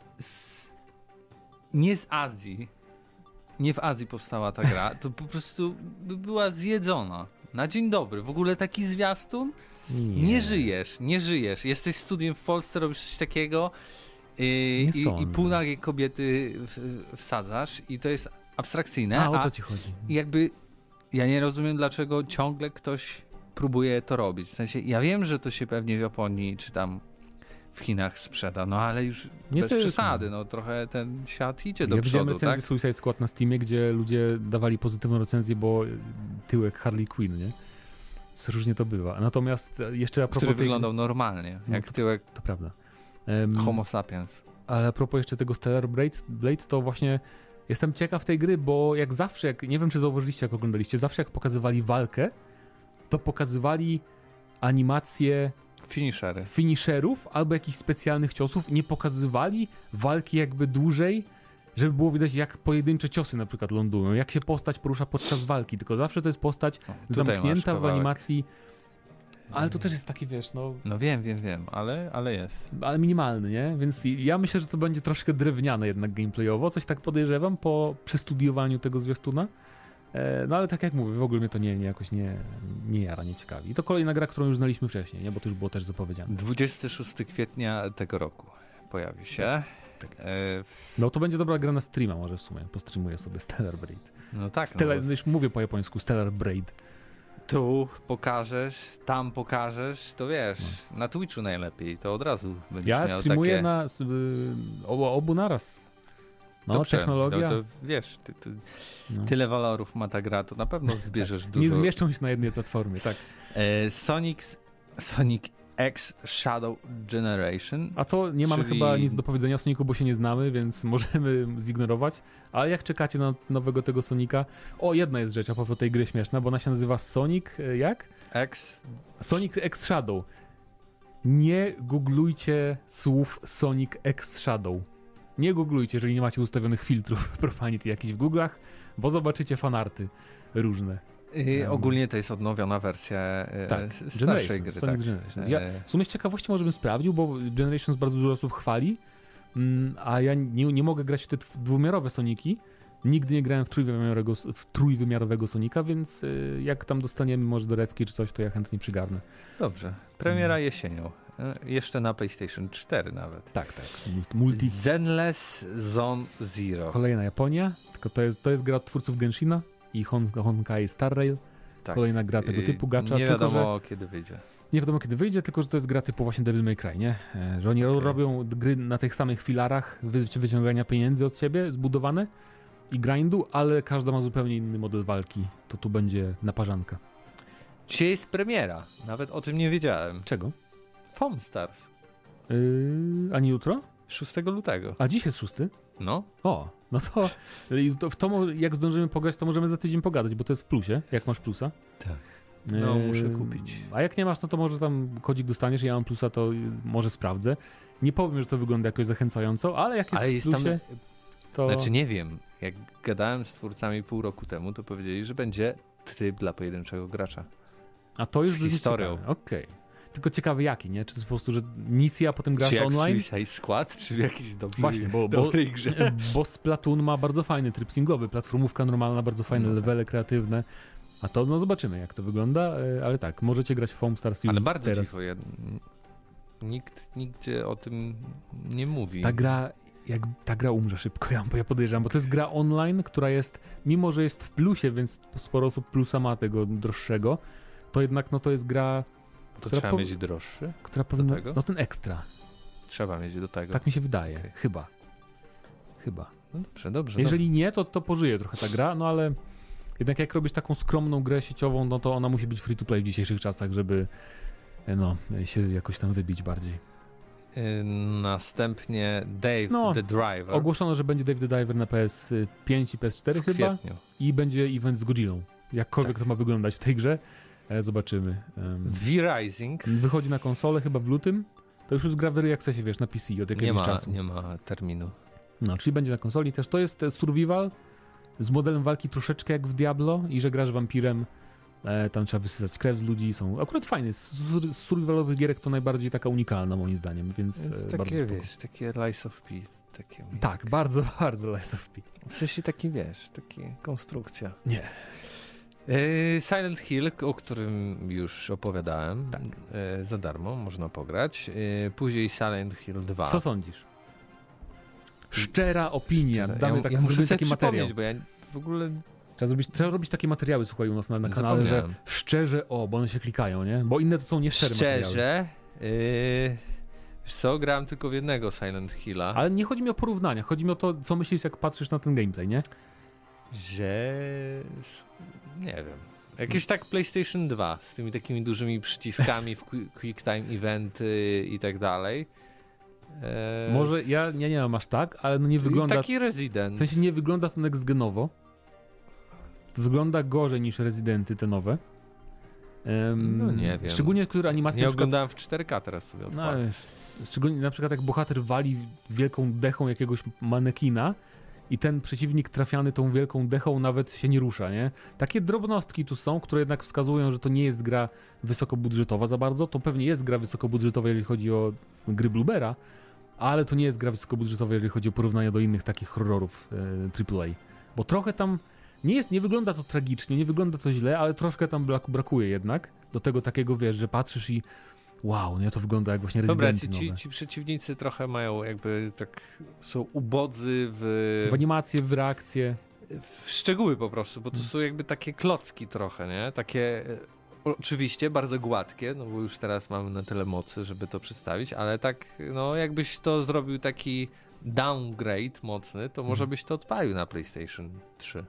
nie z Azji, nie w Azji powstała ta gra, to po prostu by była zjedzona. Na dzień dobry. W ogóle taki zwiastun? Nie żyjesz. Jesteś studiem w Polsce, robisz coś takiego i półnagie kobiety wsadzasz i to jest abstrakcyjne. O to ci chodzi. I jakby ja nie rozumiem, dlaczego ciągle ktoś próbuje to robić. W sensie, ja wiem, że to się pewnie w Japonii czy tam w Chinach sprzeda, ale już bez przesady, trochę ten świat idzie do przodu. Widziałem recenzję Suicide Squad na Steamie, gdzie ludzie dawali pozytywną recenzję, bo tyłek Harley Quinn, nie? Co różnie to bywa. Natomiast jeszcze a propos... Który wyglądał normalnie, jak tyłek... To prawda. Homo sapiens. Ale a propos jeszcze tego Stellar Blade, to właśnie jestem ciekaw tej gry, bo jak zawsze, nie wiem czy zauważyliście, jak oglądaliście, zawsze jak pokazywali walkę, to pokazywali animacje finisherów albo jakichś specjalnych ciosów, nie pokazywali walki jakby dłużej, żeby było widać jak pojedyncze ciosy na przykład lądują, jak się postać porusza podczas walki, tylko zawsze to jest postać zamknięta w animacji Ale to też jest taki, wiesz, no... No wiem, ale jest. Ale minimalny, nie? Więc ja myślę, że to będzie troszkę drewniane jednak gameplayowo, coś tak podejrzewam po przestudiowaniu tego zwiastuna. No ale tak jak mówię, w ogóle mnie to jakoś nie jara, nie ciekawi. I to kolejna gra, którą już znaliśmy wcześniej, nie? Bo to już było też zapowiedziane. 26 kwietnia tego roku pojawi się. Tak. No to będzie dobra gra na streama może w sumie. Postreamuję sobie Stellar Braid. No tak. Już mówię po japońsku, Stellar Braid. Tu pokażesz, tam pokażesz, to wiesz, na Twitchu najlepiej, to od razu będziesz miał takie... Ja streamuję na obu naraz. No, dobrze, technologia. To wiesz, tyle walorów ma ta gra, to na pewno zbierzesz dużo. Nie zmieszczą się na jednej platformie, tak. Sonic X Shadow Generation. A to nie mamy chyba nic do powiedzenia o Sonicu, bo się nie znamy, więc możemy zignorować. Ale jak czekacie na nowego tego Sonika? Jedna jest rzecz a propos tej gry śmieszna, bo ona się nazywa Sonic, jak? Sonic X Shadow. Nie googlujcie słów Sonic X Shadow. Nie googlujcie, jeżeli nie macie ustawionych filtrów Profanity jakichś w Google'ach, bo zobaczycie fanarty różne. Ogólnie to jest odnowiona wersja starszej gry. Sonic Generations. Ja w sumie z ciekawości może bym sprawdził, bo Generations bardzo dużo osób chwali, a ja nie mogę grać w te dwuwymiarowe Soniki. Nigdy nie grałem w trójwymiarowego Sonika, więc jak tam dostaniemy może do recki czy coś, to ja chętnie przygarnę. Dobrze. Premiera jesienią. Jeszcze na PlayStation 4 nawet. Tak. Zenless Zone Zero. Kolejna Japonia, tylko to jest gra od twórców Genshina i Honkai Star Rail. Tak. Kolejna gra tego typu gacza. Nie wiadomo kiedy wyjdzie. Nie wiadomo kiedy wyjdzie, tylko że to jest gra typu właśnie Devil May Cry, nie? Że oni robią gry na tych samych filarach wyciągania pieniędzy od siebie, zbudowane i grindu, ale każda ma zupełnie inny model walki. To tu będzie naparzanka. Dzisiaj jest premiera. Nawet o tym nie wiedziałem. Czego? Foam Stars. A nie jutro? 6 lutego. A dziś jest 6? No. No to w to jak zdążymy pograć, to możemy za tydzień pogadać, bo to jest w plusie, jak masz plusa. Tak. No, muszę kupić. A jak nie masz, no to może tam kodzik dostaniesz, ja mam plusa, to może sprawdzę. Nie powiem, że to wygląda jakoś zachęcająco, ale jak jest w plusie, to... Znaczy nie wiem, jak gadałem z twórcami pół roku temu, to powiedzieli, że będzie tryb dla pojedynczego gracza. A to już z historią. Okej. Tylko ciekawy jaki, nie? Czy to jest po prostu, że misja, a potem grasz czy online? Czy jak Squad, czy w jakiejś dobrej grze? Bo Splatoon ma bardzo fajny tryb singlowy, platformówka normalna, bardzo fajne levele kreatywne. A to zobaczymy jak to wygląda, ale tak, możecie grać w Foam Stars już ale bardzo teraz. cicho, nikt nigdzie o tym nie mówi. Ta gra umrze szybko, ja podejrzewam, bo to jest gra online, która jest, mimo że jest w plusie, więc sporo osób plusa ma tego droższego, to jednak to jest gra... To trzeba mieć droższy? Która powinna... No ten ekstra. Trzeba mieć do tego. Tak mi się wydaje. Okay. Chyba. No dobrze. Jeżeli nie, to pożyje trochę ta gra, no ale jednak jak robisz taką skromną grę sieciową, no to ona musi być free to play w dzisiejszych czasach, żeby się jakoś tam wybić bardziej. Następnie Dave the Driver. Ogłoszono, że będzie Dave the Driver na PS5 i PS4 w chyba. Kwietniu. I będzie event z Godzillą. Jakkolwiek to ma wyglądać w tej grze. Zobaczymy. V-Rising wychodzi na konsolę chyba w lutym. To już gra w early accessie, wiesz, na PC od jakiegoś czasu. Nie ma terminu. No, czyli będzie na konsoli też. To jest survival z modelem walki troszeczkę jak w Diablo i że grasz wampirem. Tam trzeba wysysać krew z ludzi. Są akurat fajne. Z survivalowych gierek to najbardziej taka unikalna moim zdaniem, więc takie, wiesz, takie Lies of P. Tak, bardzo, bardzo Lies of P. W sensie taki, wiesz, konstrukcja. Nie. Silent Hill, o którym już opowiadałem, tak. Za darmo można pograć. Później Silent Hill 2. Co sądzisz? Szczera opinia. Damy ja muszę taki materiał. Bo ja w ogóle... Trzeba robić takie materiały, słuchaj, u nas na kanale, że szczerze, bo one się klikają, nie? Bo inne to są nieszczere materiały. Szczerze? Wiesz co, grałem tylko w jednego Silent Hilla. Ale nie chodzi mi o porównania, chodzi mi o to, co myślisz, jak patrzysz na ten gameplay, nie? Że... nie wiem. Jakieś tak PlayStation 2 z tymi takimi dużymi przyciskami w Quick Time Eventy i tak dalej. Może ja nie mam aż tak, ale nie wygląda... Taki Resident. W sensie nie wygląda to next genowo. Wygląda gorzej niż Residenty te nowe. No nie wiem. Szczególnie, które animacje... Nie oglądałem w 4K, teraz sobie odpalę. Szczególnie na przykład jak bohater wali wielką dechą jakiegoś manekina i ten przeciwnik trafiany tą wielką dechą nawet się nie rusza, nie? Takie drobnostki tu są, które jednak wskazują, że to nie jest gra wysokobudżetowa za bardzo. To pewnie jest gra wysokobudżetowa, jeżeli chodzi o gry Bluebera, ale to nie jest gra wysokobudżetowa, jeżeli chodzi o porównanie do innych takich horrorów AAA. Bo trochę tam nie wygląda to tragicznie, nie wygląda to źle, ale troszkę tam brakuje jednak do tego takiego, wiesz, że patrzysz i wow, nie, to wygląda jak właśnie Rezydenty Dobra, ci przeciwnicy trochę mają jakby tak, są ubodzy w animacje, w reakcje. W szczegóły po prostu, bo to są jakby takie klocki trochę, nie? Takie oczywiście bardzo gładkie, no bo już teraz mamy na tyle mocy, żeby to przedstawić, ale tak, no jakbyś to zrobił taki downgrade mocny, to może byś to odpalił na PlayStation 3.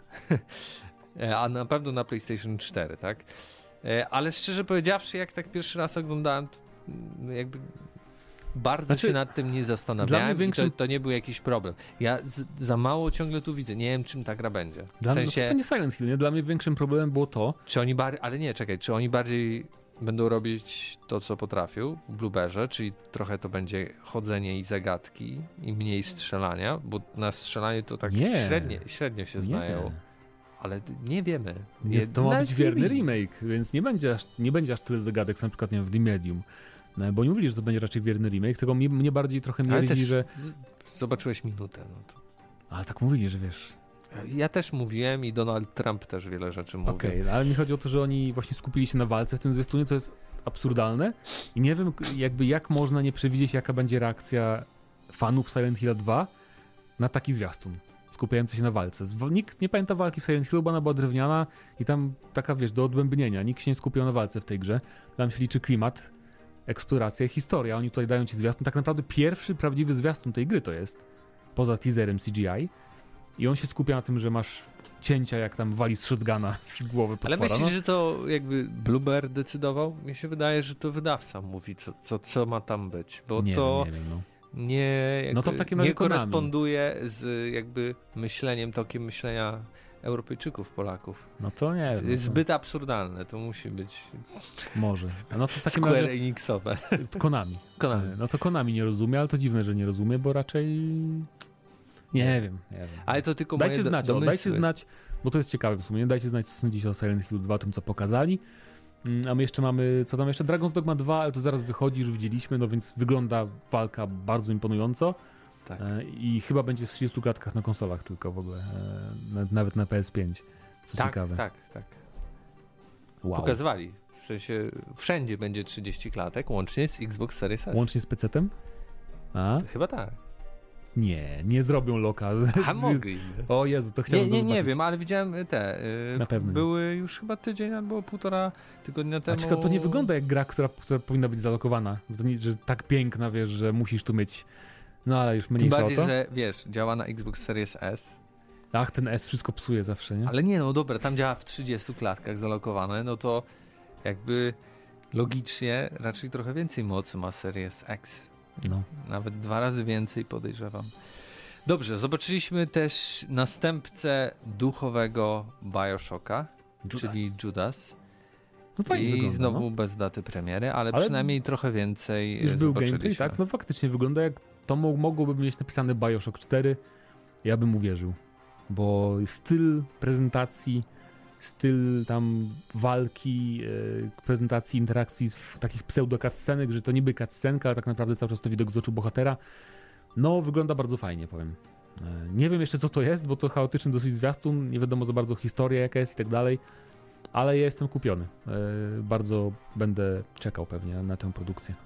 A na pewno na PlayStation 4, tak? Ale szczerze powiedziawszy, jak tak pierwszy raz oglądałem, jakby bardzo się nad tym nie zastanawiałem i to nie był jakiś problem. Ja za mało ciągle tu widzę. Nie wiem, czym ta gra będzie. W sensie... No to będzie Silent Hill, nie? Dla mnie większym problemem było to... Czy oni bardziej będą robić to, co potrafią w Blueberze, czyli trochę to będzie chodzenie i zagadki i mniej strzelania, bo na strzelanie to tak średnio się znają. Ale nie wiemy. To ma być wierny remake, więc nie będzie aż tyle zagadek, na przykład nie wiem, w The Medium. No, bo nie mówili, że to będzie raczej wierny remake, tylko mnie bardziej trochę mierzi, że... Zobaczyłeś minutę. No to... Ale tak mówili, że wiesz... Ja też mówiłem i Donald Trump też wiele rzeczy mówił. Okej, ale mi chodzi o to, że oni właśnie skupili się na walce w tym zwiastunie, co jest absurdalne i nie wiem jak można nie przewidzieć, jaka będzie reakcja fanów Silent Hill 2 na taki zwiastun skupiający się na walce. Nikt nie pamięta walki w Silent Hillu, bo ona była drewniana i tam taka, wiesz, do odbębnienia. Nikt się nie skupiał na walce w tej grze. Tam się liczy klimat, eksploracja, historia. Oni tutaj dają ci zwiastun. Tak naprawdę pierwszy prawdziwy zwiastun tej gry to jest, poza teaserem CGI. I on się skupia na tym, że masz cięcia, jak tam wali z shotguna w głowę potwora. Ale myślisz, że to jakby Bluebird decydował? Mi się wydaje, że to wydawca mówi, co ma tam być. Bo nie to wiem, no. nie to w takim razie koresponduje z jakby myśleniem, tokiem myślenia Europejczyków, Polaków. No to nie wiem. Jest zbyt absurdalne, to musi być może. No to w takim Square razie... Enixowe. Konami. No to Konami nie rozumie, ale to dziwne, że nie rozumie, bo raczej... Nie wiem. Ale to tylko dajcie moje znać, domysły. Dajcie znać, bo to jest ciekawe w sumie. Dajcie znać, co sądzicie o Silent Hill 2, tym co pokazali. A my jeszcze mamy, co tam jeszcze? Dragon's Dogma 2, ale to zaraz wychodzi, już widzieliśmy, no więc wygląda walka bardzo imponująco. Tak. I chyba będzie w 30 klatkach na konsolach tylko w ogóle. Nawet na PS5. Co ciekawe. Tak. Wow. Pokazywali. W sensie wszędzie będzie 30 klatek, łącznie z Xbox Series S. Łącznie z PC-tem? Chyba tak. Nie zrobią lokal. A mogli. O Jezu, to chciałem Nie wiem, ale widziałem te. Na pewno były już chyba tydzień albo 1,5 tygodnia temu. A to nie wygląda jak gra, która powinna być zalokowana. To nie, że tak piękna, wiesz, że musisz tu mieć. No ale już mniejsza o to. Tym bardziej, że wiesz, działa na Xbox Series S. Ach, ten S wszystko psuje zawsze, nie? Ale nie, no dobra, tam działa w 30 klatkach zalokowane, no to jakby logicznie raczej trochę więcej mocy ma Series X. No. Nawet 2 razy więcej, podejrzewam. Dobrze, zobaczyliśmy też następcę duchowego BioShocka, czyli Judas. No fajnie I wygląda, znowu bez daty premiery, ale przynajmniej trochę więcej już był zobaczyliśmy. gameplay, tak? No faktycznie wygląda jak to mogłoby mieć napisane BioShock 4. Ja bym uwierzył. Bo styl prezentacji, styl tam walki, prezentacji interakcji w takich pseudo-cutscenek, że to niby cutscenka, ale tak naprawdę cały czas to widok z oczu bohatera. No, wygląda bardzo fajnie, powiem. Nie wiem jeszcze, co to jest, bo to chaotyczny dosyć zwiastun, nie wiadomo za bardzo historia jaka jest i tak dalej, ale ja jestem kupiony. Bardzo będę czekał pewnie na tę produkcję.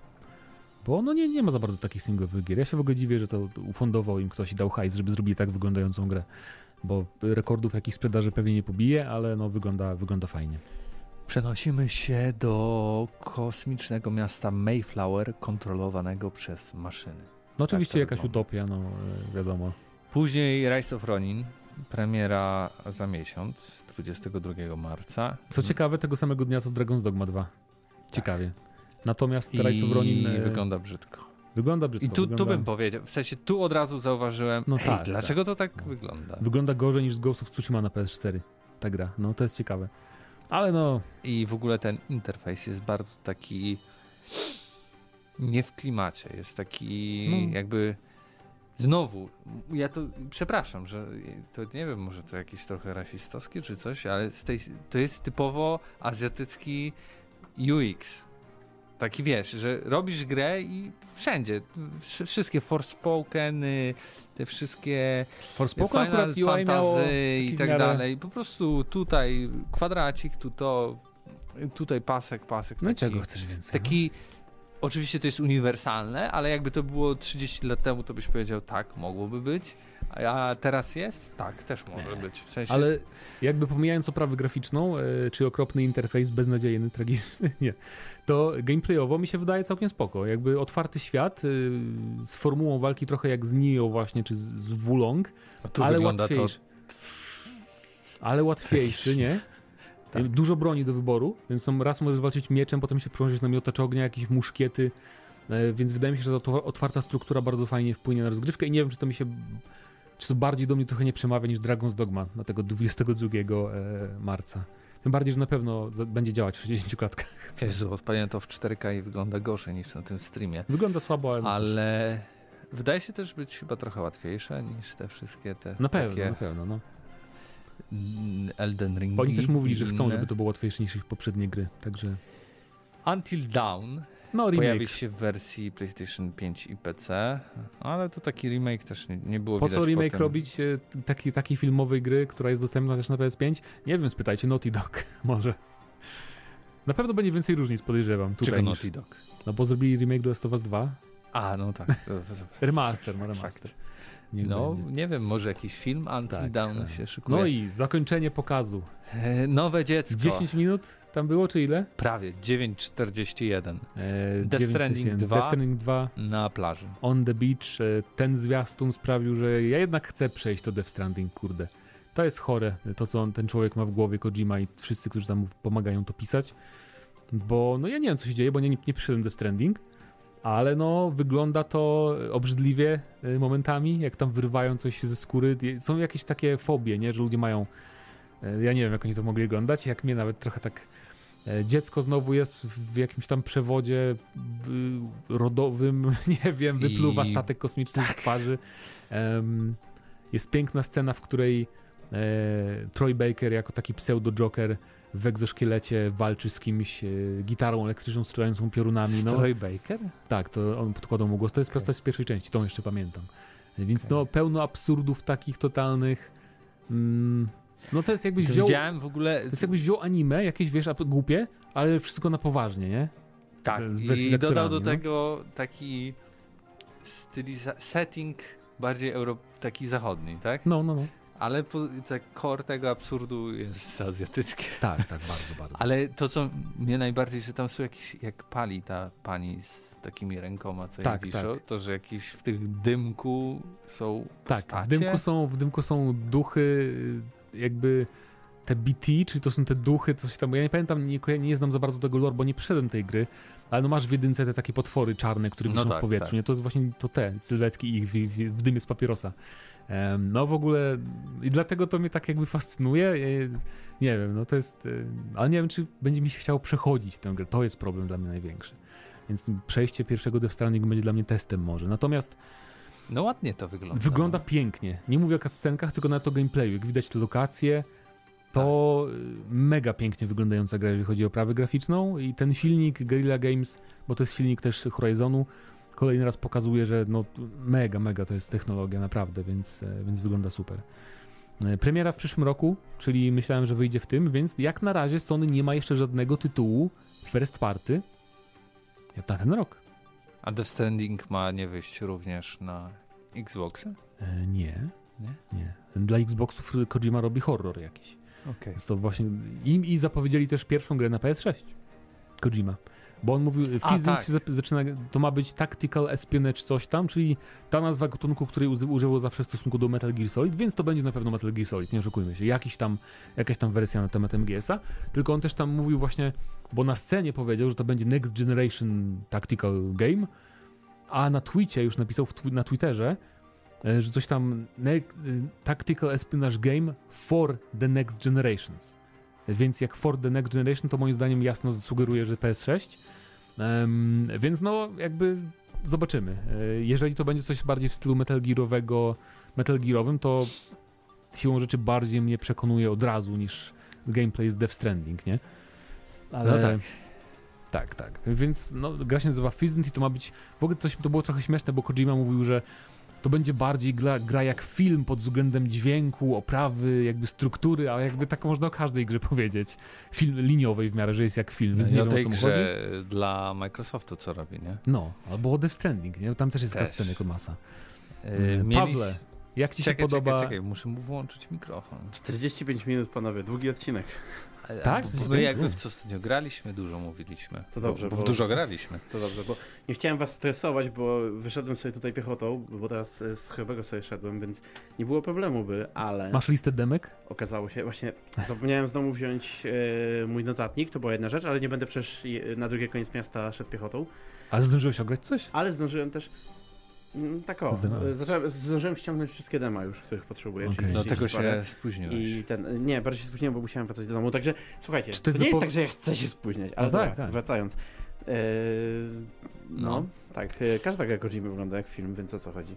Bo no nie ma za bardzo takich singlowych gier. Ja się w ogóle dziwię, że to ufundował im ktoś i dał hajs, żeby zrobili tak wyglądającą grę. Bo rekordów jakichś sprzedaży pewnie nie pobije, ale no wygląda fajnie. Przenosimy się do kosmicznego miasta Mayflower, kontrolowanego przez maszyny. No oczywiście tak jakaś utopia, no wiadomo. Później Rise of Ronin, premiera za miesiąc, 22 marca. Co ciekawe, tego samego dnia co Dragon's Dogma 2. Ciekawie. Natomiast Rise of Ronin... wygląda brzydko. Wygląda brzydko. I tu bym powiedział, w sensie tu od razu zauważyłem, dlaczego to tak wygląda? Wygląda gorzej niż z Ghost of Tsushima na PS4, ta gra. No to jest ciekawe. Ale no... I w ogóle ten interfejs jest bardzo taki nie w klimacie, jest taki jakby Znowu, ja to przepraszam, że to nie wiem, może to jakieś trochę rasistowskie czy coś, ale to jest typowo azjatycki UX. Taki wiesz, że robisz grę i wszędzie, wszystkie Forspokeny, te wszystkie Forspoken Final Fantasy i tak miarę... dalej. Po prostu tutaj kwadracik, tutaj pasek. No i czego chcesz więcej? Taki, oczywiście to jest uniwersalne, ale jakby to było 30 lat temu, to byś powiedział tak, mogłoby być. A teraz jest? Tak, też może być. W sensie... Ale jakby pomijając oprawę graficzną, czy okropny interfejs beznadziejny, tragiczny, nie, to gameplayowo mi się wydaje całkiem spoko. Jakby otwarty świat z formułą walki trochę jak z Nioh właśnie, czy z Wulong, ale łatwiejszy. Ale łatwiejszy, nie? Tak. Dużo broni do wyboru, więc raz możesz walczyć mieczem, potem się przełożyć na miotacz ognia, jakieś muszkiety, więc wydaje mi się, że ta otwarta struktura bardzo fajnie wpłynie na rozgrywkę i nie wiem, czy to bardziej do mnie trochę nie przemawia niż Dragon's Dogma na tego 22 marca. Tym bardziej, że na pewno będzie działać w 60 klatkach. Jezu, odpaliłem to w 4K i wygląda gorzej niż na tym streamie. Wygląda słabo, ale wydaje się też być chyba trochę łatwiejsze niż te wszystkie te na pewno, no. Elden Ring. Oni też mówili, że chcą, żeby to było łatwiejsze niż ich poprzednie gry, także... Until Dawn pojawi się w wersji PlayStation 5 i PC, ale to taki remake też nie było widać. Po co remake robić takiej filmowej gry, która jest dostępna też na PS5? Nie wiem, spytajcie Naughty Dog, może. Na pewno będzie więcej różnic, podejrzewam. Czego Naughty Dog? No bo zrobili remake do Last of Us 2. A, no tak. Remaster. Nie wiem, może jakiś film Until Dawn się szykuje. No i zakończenie pokazu. Nowe dziecko. 10 minut tam było, czy ile? Prawie, 9:41. Death Stranding 2 na plaży. On the Beach. Ten zwiastun sprawił, że ja jednak chcę przejść to Death Stranding, kurde. To jest chore, to co ten człowiek ma w głowie, Kojima i wszyscy, którzy tam mu pomagają to pisać. Bo no ja nie wiem, co się dzieje, bo nie przyszedłem Death Stranding. Ale no, wygląda to obrzydliwie momentami, jak tam wyrywają coś ze skóry. Są jakieś takie fobie, nie? Że ludzie mają... Ja nie wiem, jak oni to mogli oglądać, jak mnie nawet trochę tak... Dziecko znowu jest w jakimś tam przewodzie rodowym, nie wiem, wypluwa statek kosmiczny z twarzy. Jest piękna scena, w której Troy Baker jako taki pseudo-joker w egzoszkielecie walczy z kimś gitarą elektryczną strzelającą piorunami. Troy Baker? Tak, to on podkładał mu głos. To jest postać z pierwszej części, tą jeszcze pamiętam. Więc no pełno absurdów takich totalnych. No to jest jakbyś wziął... Widziałem w ogóle... To jest jakbyś wziął anime, jakieś wiesz, głupie, ale wszystko na poważnie, nie? Tak, i dodał do tego taki setting bardziej taki zachodni, tak? No. Ale core tego absurdu jest azjatyckie. Tak, bardzo. Ale to, co mnie najbardziej, że tam są jakieś, jak pali ta pani z takimi rękoma, co jej wiszą, to, że jakieś w tych dymku są postacie. Tak, w dymku są duchy, jakby te BT, czyli to są te duchy, to się tam, ja nie pamiętam, nie znam za bardzo tego lore, bo nie przeszedłem tej gry, ale no masz w jedynce te takie potwory czarne, które wiszą w powietrzu, nie? To jest właśnie te sylwetki ich w dymie z papierosa. No w ogóle i dlatego to mnie tak jakby fascynuje, nie wiem, no to jest, ale nie wiem, czy będzie mi się chciało przechodzić tę grę, to jest problem dla mnie największy, więc przejście pierwszego Death Stranding będzie dla mnie testem może, natomiast no ładnie to wygląda. Wygląda pięknie, nie mówię o cutscenkach, tylko na to gameplayu, jak widać te lokacje, to mega pięknie wyglądająca gra, jeżeli chodzi o oprawę graficzną i ten silnik Guerrilla Games, bo to jest silnik też Horizonu, kolejny raz pokazuje, że no mega to jest technologia, naprawdę, więc wygląda super. Premiera w przyszłym roku, czyli myślałem, że wyjdzie w tym, więc jak na razie Sony nie ma jeszcze żadnego tytułu first party na ten rok. A Death Stranding ma nie wyjść również na Xboxa? Nie. Dla Xboxów Kojima robi horror jakiś. Okay. Więc to właśnie i zapowiedzieli też pierwszą grę na PS6 Kojima. Bo on mówił, Physics zaczyna, to ma być Tactical Espionage coś tam, czyli ta nazwa gatunku, której używał zawsze w stosunku do Metal Gear Solid, więc to będzie na pewno Metal Gear Solid, nie oszukujmy się, jakaś tam wersja na temat MGS-a, tylko on też tam mówił właśnie, bo na scenie powiedział, że to będzie Next Generation Tactical Game, a na Twitcie już napisał na Twitterze, że coś tam Tactical Espionage Game for the Next Generations. Więc jak for the Next Generation, to moim zdaniem jasno sugeruje, że PS6. Więc no jakby zobaczymy. Jeżeli to będzie coś bardziej w stylu Metal Gearowym, to siłą rzeczy bardziej mnie przekonuje od razu niż gameplay z Death Stranding, nie? Ale... No tak. Tak. Więc no, gra się nazywa Fizzent i to ma być... W ogóle to było trochę śmieszne, bo Kojima mówił, że to będzie bardziej gra jak film pod względem dźwięku, oprawy, jakby struktury, a jakby tak można o każdej grze powiedzieć. Film liniowej w miarę, że jest jak film, więc nie o wiem, tej o co mu grze chodzi. dla Microsoftu co robi, nie? No, albo o Death Stranding, nie? Tam też jest taka scena masa. Pawle, jak ci się podoba... Czekaj, muszę mu włączyć mikrofon. 45 minut, panowie, długi odcinek. Tak? Bo my jakby w co ostatnio graliśmy, dużo mówiliśmy. To dobrze, bo dużo graliśmy. To dobrze, bo nie chciałem was stresować, bo wyszedłem sobie tutaj piechotą, bo teraz z Chybego sobie szedłem, więc nie było problemu ale... Masz listę demek? Okazało się, właśnie zapomniałem znowu wziąć mój notatnik, to była jedna rzecz, ale nie będę przecież na drugi koniec miasta szedł piechotą. A zdążyłeś ograć coś? Ale zdążyłem też... zdążyłem ściągnąć wszystkie dema już, których potrzebuję. Okay. No tego się spóźniłeś. Nie, bardziej się spóźniłem, bo musiałem wracać do domu, także słuchajcie, to nie jest tak, że ja chcę się spóźniać, ale no tak. wracając. Tak, każda gra Kojimy wygląda jak film, więc o co chodzi?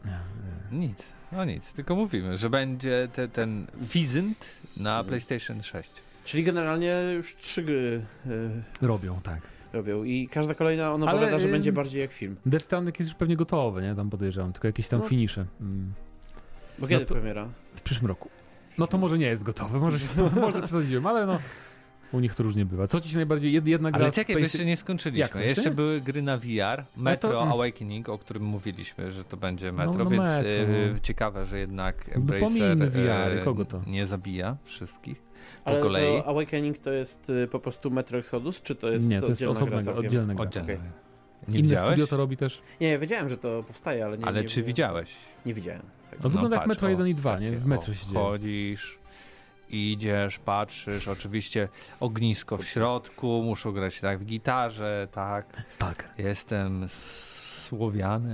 Nic, tylko mówimy, że będzie ten Fizzent na PlayStation 6. Czyli generalnie już 3 gry robią, tak. Robią i każda kolejna ona powiada, że będzie bardziej jak film. Death Stranding jest już pewnie gotowy, nie? Tam podejrzewam, tylko jakieś tam finisze. Bo kiedy premiera? W przyszłym roku. No to może nie jest gotowy, może przesadziłem, ale no u nich to różnie bywa. Co ci się najbardziej... Jedna gra... Ale czekaj, bo jeszcze nie skończyliśmy. Jeszcze były gry na VR, Metro Awakening, o którym mówiliśmy, że to będzie Metro, więc ciekawe, że jednak Embracer VR, kogo to? nie zabija wszystkich po ale kolei. To Awakening to jest po prostu Metro Exodus, czy to jest nie, to jest oddzielnego. Okay. Nie inne studio to robi też? Nie, wiedziałem, że to powstaje, ale nie... Ale czy widziałeś? Nie widziałem. Tak. No wygląda jak Metro 1 i 2, nie? W Metro się dzieje. Chodzisz, idziesz, patrzysz, oczywiście ognisko w środku, muszą grać tak w gitarze, tak. Stalker. Jestem Słowianem.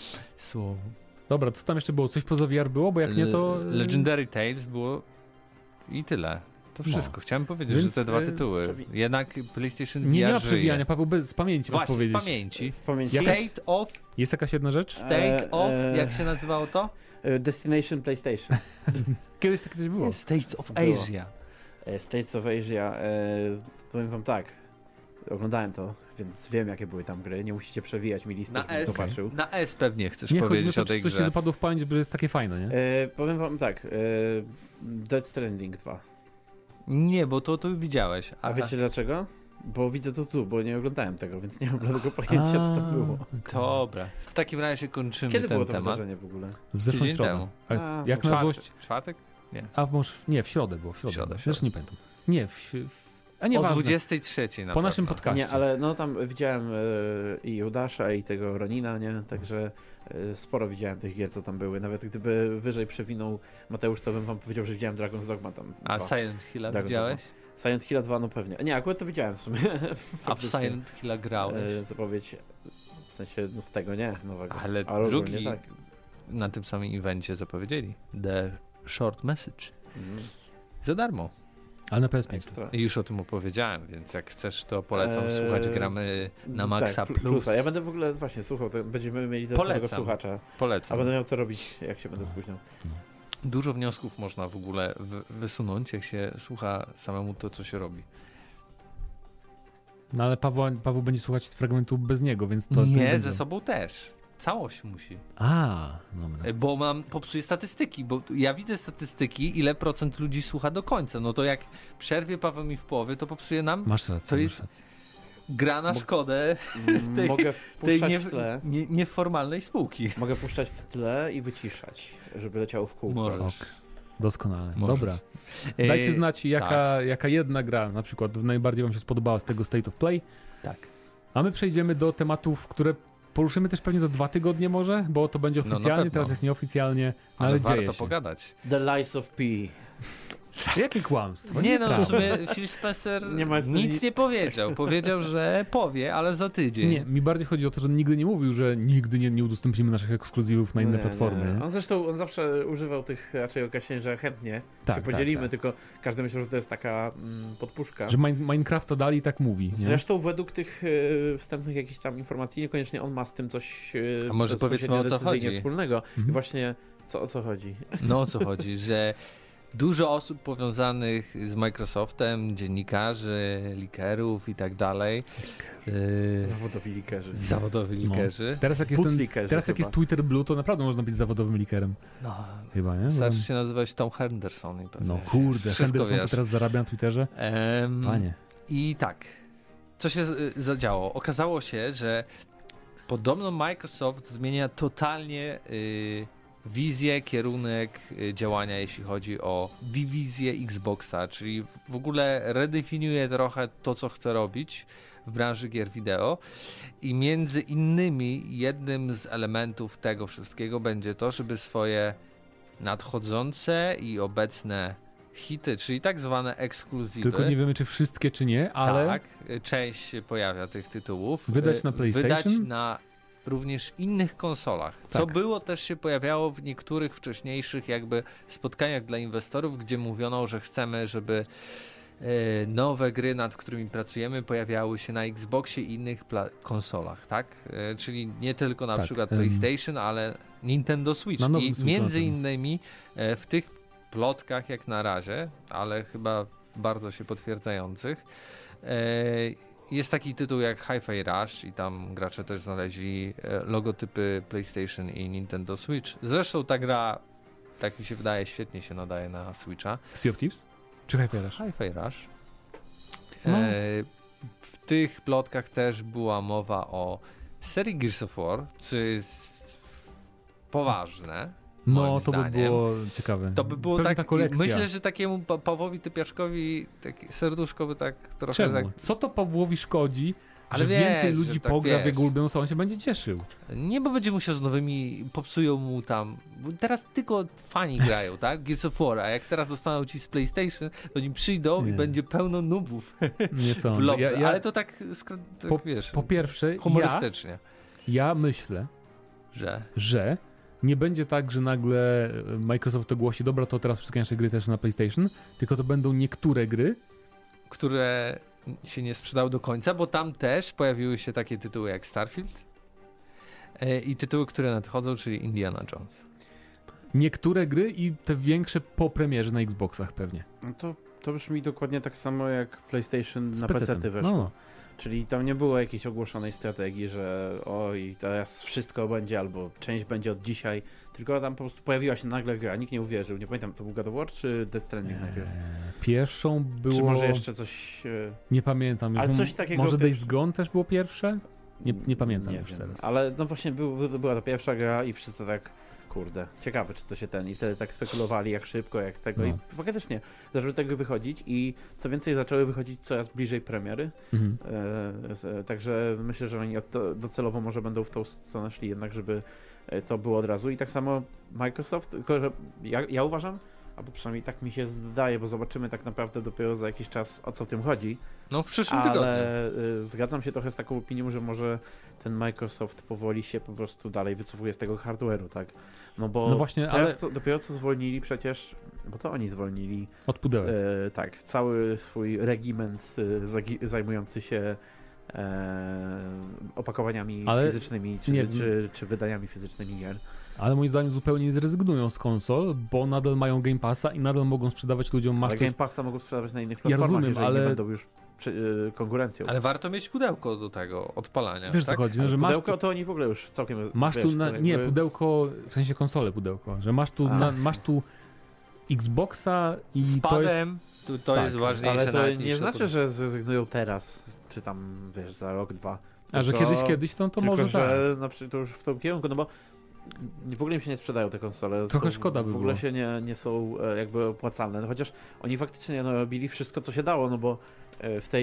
Dobra, co tam jeszcze było? Coś poza VR było? Bo jak nie to... Legendary Tales było i tyle. To wszystko. Chciałem powiedzieć, że te dwa tytuły. Jednak PlayStation VR nie ma przewijania, Paweł, z pamięci właśnie, powiedzieć. Z pamięci. State of... Jest jakaś jedna rzecz? State of... Jak się nazywało to? Destination PlayStation. Kiedyś takie coś było. States of Asia. States of Asia. Powiem wam tak. Oglądałem to, więc wiem, jakie były tam gry. Nie musicie przewijać mi listy, żebym zobaczył. Na S pewnie chcesz powiedzieć o tej grze. Coś ci zapadło w pamięć, że jest takie fajne, nie? Powiem wam tak. Death Stranding 2. Nie, bo to widziałeś. A wiecie dlaczego? Bo widzę to tu, bo nie oglądałem tego, więc nie mam żadnego pojęcia, co to było. Dobra. W takim razie kończymy Kiedy ten było to temat. wydarzenie w ogóle? W zeszłym tydzień temu. Jak na złość... Czwartek? Nie. A może... Nie, w środę było. W środę. Zresztą nie pamiętam. Nie, a nie o ważne. 23 na po naszym podcaście. Nie, ale no tam widziałem i Judasza, i tego Ronina, nie? Także sporo widziałem tych gier, co tam były. Nawet gdyby wyżej przewinął Mateusz, to bym wam powiedział, że widziałem Dragon's Dogma tam. A Silent Hilla widziałeś? Silent Hilla 2 no pewnie. Nie, akurat to widziałem w sumie. A w Silent Hilla grałeś? Zapowiedź, w sensie no, w tego nie, nowego. Ale drugi tak. Na tym samym evencie zapowiedzieli. The Short Message. Za darmo. Ale na PS5. I już o tym opowiedziałem, więc jak chcesz, to polecam słuchać. Gramy na Maxa tak, Plusa. Ja będę w ogóle właśnie słuchał, będziemy mieli do słuchacza. Polecam. A będę miał co robić, jak się będę spóźniał. Dużo wniosków można w ogóle wysunąć, jak się słucha samemu to, co się robi. No ale Paweł będzie słuchać fragmentu bez niego, więc to... Nie, ze sobą też. Całość musi. Dobra. Bo popsuję statystyki, bo ja widzę statystyki, ile procent ludzi słucha do końca. No to jak przerwie Paweł mi w połowie, to popsuje nam... Masz rację, to jest gra na szkodę mogę wpuszczać w tle. Nieformalnej spółki. Mogę puszczać w tle i wyciszać, żeby leciało w kółko. Możesz. Doskonale. Dobra. Dajcie znać, jaka jedna gra na przykład najbardziej wam się spodobała z tego State of Play. Tak. A my przejdziemy do tematów, które poruszymy też pewnie za 2 tygodnie może, bo to będzie oficjalnie, teraz jest nieoficjalnie, ale dzieje warto się. pogadać. The Lies of P. Jakie kłamstwo? Nie no, w sumie Phil Spencer nic nie powiedział. Powiedział, że powie, ale za tydzień. Nie, mi bardziej chodzi o to, że nigdy nie mówił, że nigdy nie udostępnimy naszych ekskluzywów na inne platformy. Nie. On zawsze używał tych raczej określeń, że chętnie się podzielimy, tylko każdy myślał, że to jest taka podpuszczka. Że Minecrafta dali tak mówi. Nie? Zresztą według tych wstępnych jakichś tam informacji niekoniecznie on ma z tym coś a może powiedzmy o co chodzi wspólnego. I właśnie o co chodzi? No o co chodzi, że dużo osób powiązanych z Microsoftem, dziennikarzy, leakerów i tak dalej. Zawodowi likerzy. No. Teraz jak jest Twitter Blue, to naprawdę można być zawodowym likerem. No. Chyba, nie? Znaczy się nazywać Tom Henderson. I no kurde, Henderson to teraz zarabia na Twitterze? Panie. I tak, co się zadziało? Okazało się, że podobno Microsoft zmienia totalnie wizję, kierunek działania, jeśli chodzi o dywizję Xboxa, czyli w ogóle redefiniuje trochę to, co chce robić w branży gier wideo i między innymi jednym z elementów tego wszystkiego będzie to, żeby swoje nadchodzące i obecne hity, czyli tak zwane ekskluzywy. Tylko nie wiemy, czy wszystkie, czy nie, ale... Tak, część się pojawia tych tytułów. Wydać na PlayStation? Wydać na również innych konsolach, co było też się pojawiało w niektórych wcześniejszych jakby spotkaniach dla inwestorów, gdzie mówiono, że chcemy, żeby nowe gry, nad którymi pracujemy, pojawiały się na Xboxie i innych konsolach, tak? Czyli nie tylko na przykład PlayStation, ale Nintendo Switch. I między innymi w tych plotkach jak na razie, ale chyba bardzo się potwierdzających, jest taki tytuł jak Hi-Fi Rush i tam gracze też znaleźli logotypy PlayStation i Nintendo Switch. Zresztą ta gra, tak mi się wydaje, świetnie się nadaje na Switcha. Sea of Thieves? Czy Hi-Fi Rush? Hi-Fi Rush. W tych plotkach też była mowa o serii Gears of War, co jest poważne. No, to by było ciekawe. To by było tak, myślę, że takiemu Pawłowi Typiaszkowi takie serduszko by tak trochę... Czemu? Tak... Co to Pawłowi szkodzi, ale że więcej ludzi tak pogra w jego ulubioną, on się będzie cieszył? Nie, bo będzie musiał z nowymi, popsują mu tam... Teraz tylko fani grają, tak? Gears of War, a jak teraz dostaną ci z PlayStation, to oni przyjdą i będzie pełno nubów nie są. Ale to tak wiesz, po pierwsze, humorystycznie. Ja myślę, że nie będzie tak, że nagle Microsoft ogłosi, dobra, to teraz wszystkie nasze gry też na PlayStation, tylko to będą niektóre gry, które się nie sprzedały do końca, bo tam też pojawiły się takie tytuły jak Starfield i tytuły, które nadchodzą, czyli Indiana Jones. Niektóre gry i te większe po premierze na Xboxach pewnie. No to brzmi dokładnie tak samo jak PlayStation na PC-ty weszło. No. Czyli tam nie było jakiejś ogłoszonej strategii, że oj, teraz wszystko będzie, albo część będzie od dzisiaj, tylko tam po prostu pojawiła się nagle gra, nikt nie uwierzył. Nie pamiętam, to był God of War czy Death Stranding najpierw? Pierwszą było... Czy może jeszcze coś... Nie pamiętam. Ale coś takiego... Może Days Gone też było pierwsze? Nie pamiętam nie już wiem. teraz. Ale no właśnie była to pierwsza gra i wszyscy tak... Kurde, ciekawe, czy to się i wtedy tak spekulowali, jak szybko, jak tego. No. I faktycznie zaczęły tego wychodzić i co więcej, zaczęły wychodzić coraz bliżej premiery. Także myślę, że oni docelowo może będą w tą stronę szli jednak, żeby to było od razu. I tak samo Microsoft, tylko że ja uważam, albo przynajmniej tak mi się zdaje, bo zobaczymy tak naprawdę dopiero za jakiś czas, o co w tym chodzi. No w przyszłym tygodniu. Ale zgadzam się trochę z taką opinią, że może ten Microsoft powoli się po prostu dalej wycofuje z tego hardware'u, tak? No bo no właśnie, teraz dopiero co zwolnili przecież, bo to oni zwolnili od pudełek. Tak, cały swój regiment zajmujący się opakowaniami fizycznymi czy wydaniami fizycznymi gier. Ale moim zdaniem zupełnie zrezygnują z konsol, bo nadal mają Game Passa i nadal mogą sprzedawać ludziom... Ale Game Passa mogą sprzedawać na innych platformach, rozumiem, jeżeli ale... nie będą już konkurencją. Ale warto mieć pudełko do tego odpalania. Wiesz tak? co chodzi, no, że pudełko to oni w ogóle już całkiem... Masz tu nie, pudełko, w sensie konsolę pudełko, że masz tu Xboxa i z padem, to jest ważniejsze. Ale to nie znaczy, że zrezygnują teraz, czy tam, wiesz, za rok, dwa. A że kiedyś to tylko, może że tak. To już w tym kierunku, no bo w ogóle im się nie sprzedają te konsole. Trochę szkoda by było. W ogóle się nie są jakby opłacalne. No chociaż oni faktycznie robili wszystko, co się dało, no bo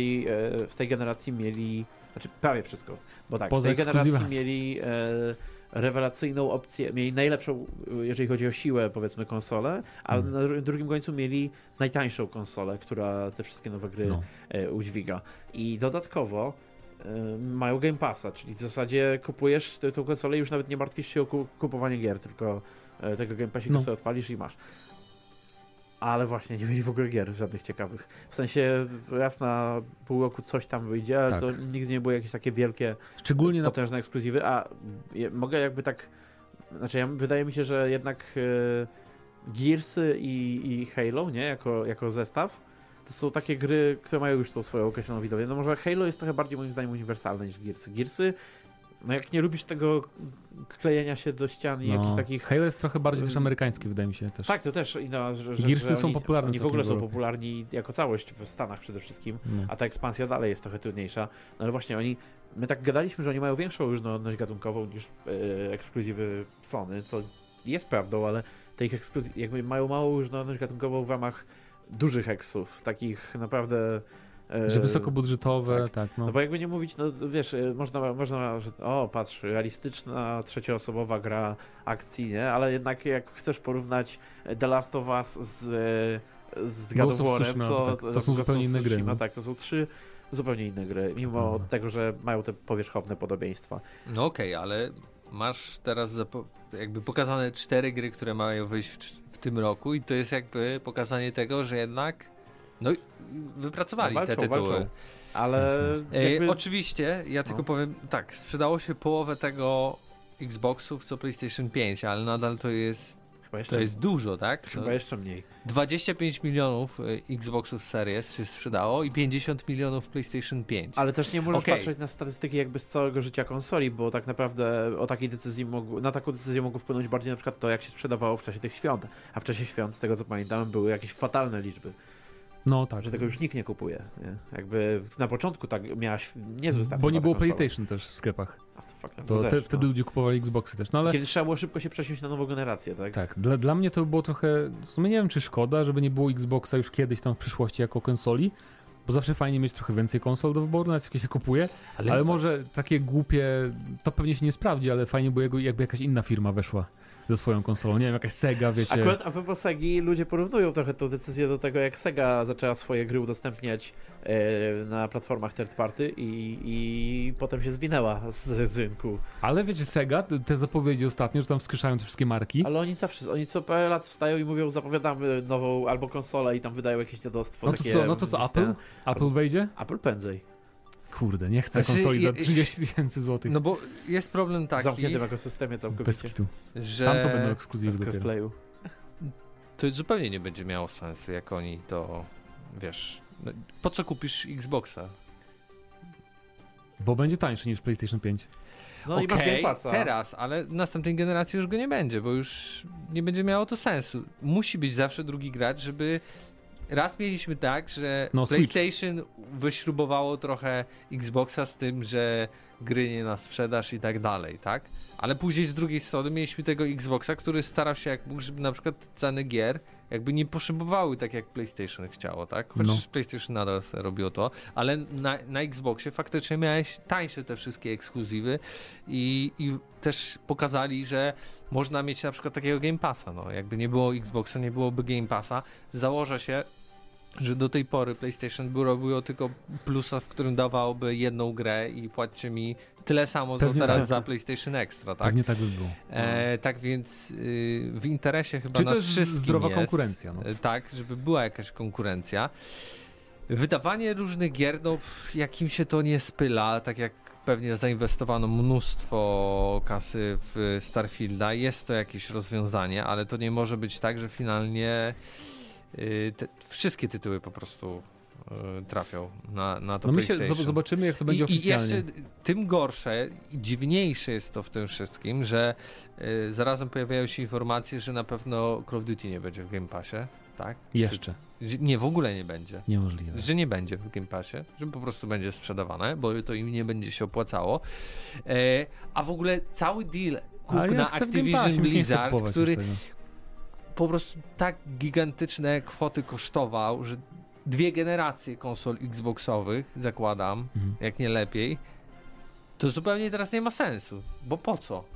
w tej generacji mieli, znaczy prawie wszystko, bo tak, w tej generacji mieli rewelacyjną opcję, mieli najlepszą, jeżeli chodzi o siłę, powiedzmy, konsolę, a na drugim końcu mieli najtańszą konsolę, która te wszystkie nowe gry udźwiga. I dodatkowo mają Game Passa, czyli w zasadzie kupujesz tę konsolę i już nawet nie martwisz się o kupowanie gier, tylko tego Game Passika sobie odpalisz i masz. Ale właśnie nie mieli w ogóle gier żadnych ciekawych. W sensie raz na pół roku coś tam wyjdzie, ale to nigdy nie były jakieś takie wielkie, szczególnie potężne ekskluzywy, a mogę jakby tak, znaczy wydaje mi się, że jednak Gearsy i Halo, nie, jako zestaw, to są takie gry, które mają już tą swoją określoną widownię. No może Halo jest trochę bardziej moim zdaniem uniwersalne niż Gearsy. Gearsy, no jak nie lubisz tego klejenia się do ścian i jakichś takich... Halo jest trochę bardziej też amerykański, wydaje mi się też. Tak, to też. Gearsy są popularne. Oni w ogóle są popularni jako całość w Stanach przede wszystkim, a ta ekspansja dalej jest trochę trudniejsza. No ale właśnie my tak gadaliśmy, że oni mają większą różnorodność gatunkową niż ekskluzywy Sony, co jest prawdą, ale te ich ekskluzywy jakby mają małą różnorodność gatunkową w ramach dużych eksów, takich naprawdę... Że wysokobudżetowe, tak. No bo jakby nie mówić, no wiesz, można, że patrz, realistyczna, trzecioosobowa gra akcji, nie? Ale jednak jak chcesz porównać The Last of Us z God of War'em, to są zupełnie inne gry. Tak, to są 3 zupełnie inne gry, mimo tego, że mają te powierzchowne podobieństwa. No okej, ale masz teraz jakby pokazane 4 gry, które mają wyjść w tym roku i to jest jakby pokazanie tego, że jednak wypracowali te tytuły. Walczą. Ale oczywiście, ja tylko powiem, tak, sprzedało się połowę tego Xboxów co PlayStation 5, ale nadal to jest dużo, tak? Chyba jeszcze mniej. 25 milionów Xboxów Series się sprzedało i 50 milionów PlayStation 5. Ale też nie możesz patrzeć na statystyki jakby z całego życia konsoli, bo tak naprawdę na taką decyzję mogło wpłynąć bardziej na przykład to, jak się sprzedawało w czasie tych świąt. A w czasie świąt, z tego co pamiętam, były jakieś fatalne liczby. No tak. Że tego już nikt nie kupuje. Nie? Jakby na początku tak miałaś niezły start. Bo nie było PlayStation też w sklepach. Wtedy ludzie kupowali Xboxy też. No, ale... Kiedy trzeba było szybko się przesiąść na nową generację, tak? Tak. Dla mnie to było trochę, w sumie nie wiem czy szkoda, żeby nie było Xboxa już kiedyś tam w przyszłości jako konsoli, bo zawsze fajnie mieć trochę więcej konsol do wyboru, nawet jakie się kupuje, ale może takie głupie, to pewnie się nie sprawdzi, ale fajnie było jakby jakaś inna firma weszła ze swoją konsolą, nie wiem, jakaś Sega, wiecie. Akurat a propos Segi, ludzie porównują trochę tę decyzję do tego, jak Sega zaczęła swoje gry udostępniać na platformach third party i potem się zwinęła z rynku. Ale wiecie, Sega, te zapowiedzi ostatnio, że tam wskrzeszają te wszystkie marki. Ale oni co parę lat wstają i mówią, zapowiadamy nową albo konsolę i tam wydają jakieś dziadostwo. No to co, Apple wejdzie? Apple prędzej. Kurde, nie chcę konsoli za 30 000 złotych. No bo jest problem taki... W zamkniętym ekosystemie całkowicie. Bez kitu. Że... Tam to będą ekskluzywy bez crossplayu. To zupełnie nie będzie miało sensu, jak oni to... Wiesz... No, po co kupisz Xboxa? Bo będzie tańszy niż PlayStation 5. No i masz Game Passa. Teraz, ale w następnej generacji już go nie będzie, bo już nie będzie miało to sensu. Musi być zawsze drugi gracz, żeby... Raz mieliśmy tak, że PlayStation wyśrubowało trochę Xboxa z tym, że gry nie na sprzedaż i tak dalej, tak? Ale później z drugiej strony mieliśmy tego Xboxa, który starał się jak mógł, żeby na przykład ceny gier jakby nie poszybowały tak jak PlayStation chciało, tak? Chociaż PlayStation nadal robiło to, ale na Xboxie faktycznie miałeś tańsze te wszystkie ekskluzywy i też pokazali, że można mieć na przykład takiego Game Passa, no. Jakby nie było Xboxa, nie byłoby Game Passa. Założę się, że do tej pory PlayStation robiło tylko plusa, w którym dawałoby jedną grę i płaccie mi tyle samo, co teraz za PlayStation Extra, tak? Pewnie tak by było. Tak więc w interesie chyba Czy nas to jest wszystkim zdrowa konkurencja? No? Tak, żeby była jakaś konkurencja. Wydawanie różnych gier, no jakim się to nie spyla, tak jak pewnie zainwestowano mnóstwo kasy w Starfielda, jest to jakieś rozwiązanie, ale to nie może być tak, że finalnie wszystkie tytuły po prostu trafią na to PlayStation. Zobaczymy, jak to będzie oficjalnie. I jeszcze tym gorsze i dziwniejsze jest to w tym wszystkim, że zarazem pojawiają się informacje, że na pewno Call of Duty nie będzie w Game Passie, tak? Jeszcze. Nie, w ogóle nie będzie. Niemożliwe. Że nie będzie w Game Passie, że po prostu będzie sprzedawane, bo to im nie będzie się opłacało. A w ogóle cały deal kupna Activision Blizzard, który po prostu tak gigantyczne kwoty kosztował, że 2 generacje konsol Xboxowych, zakładam, jak nie lepiej, to zupełnie teraz nie ma sensu, bo po co?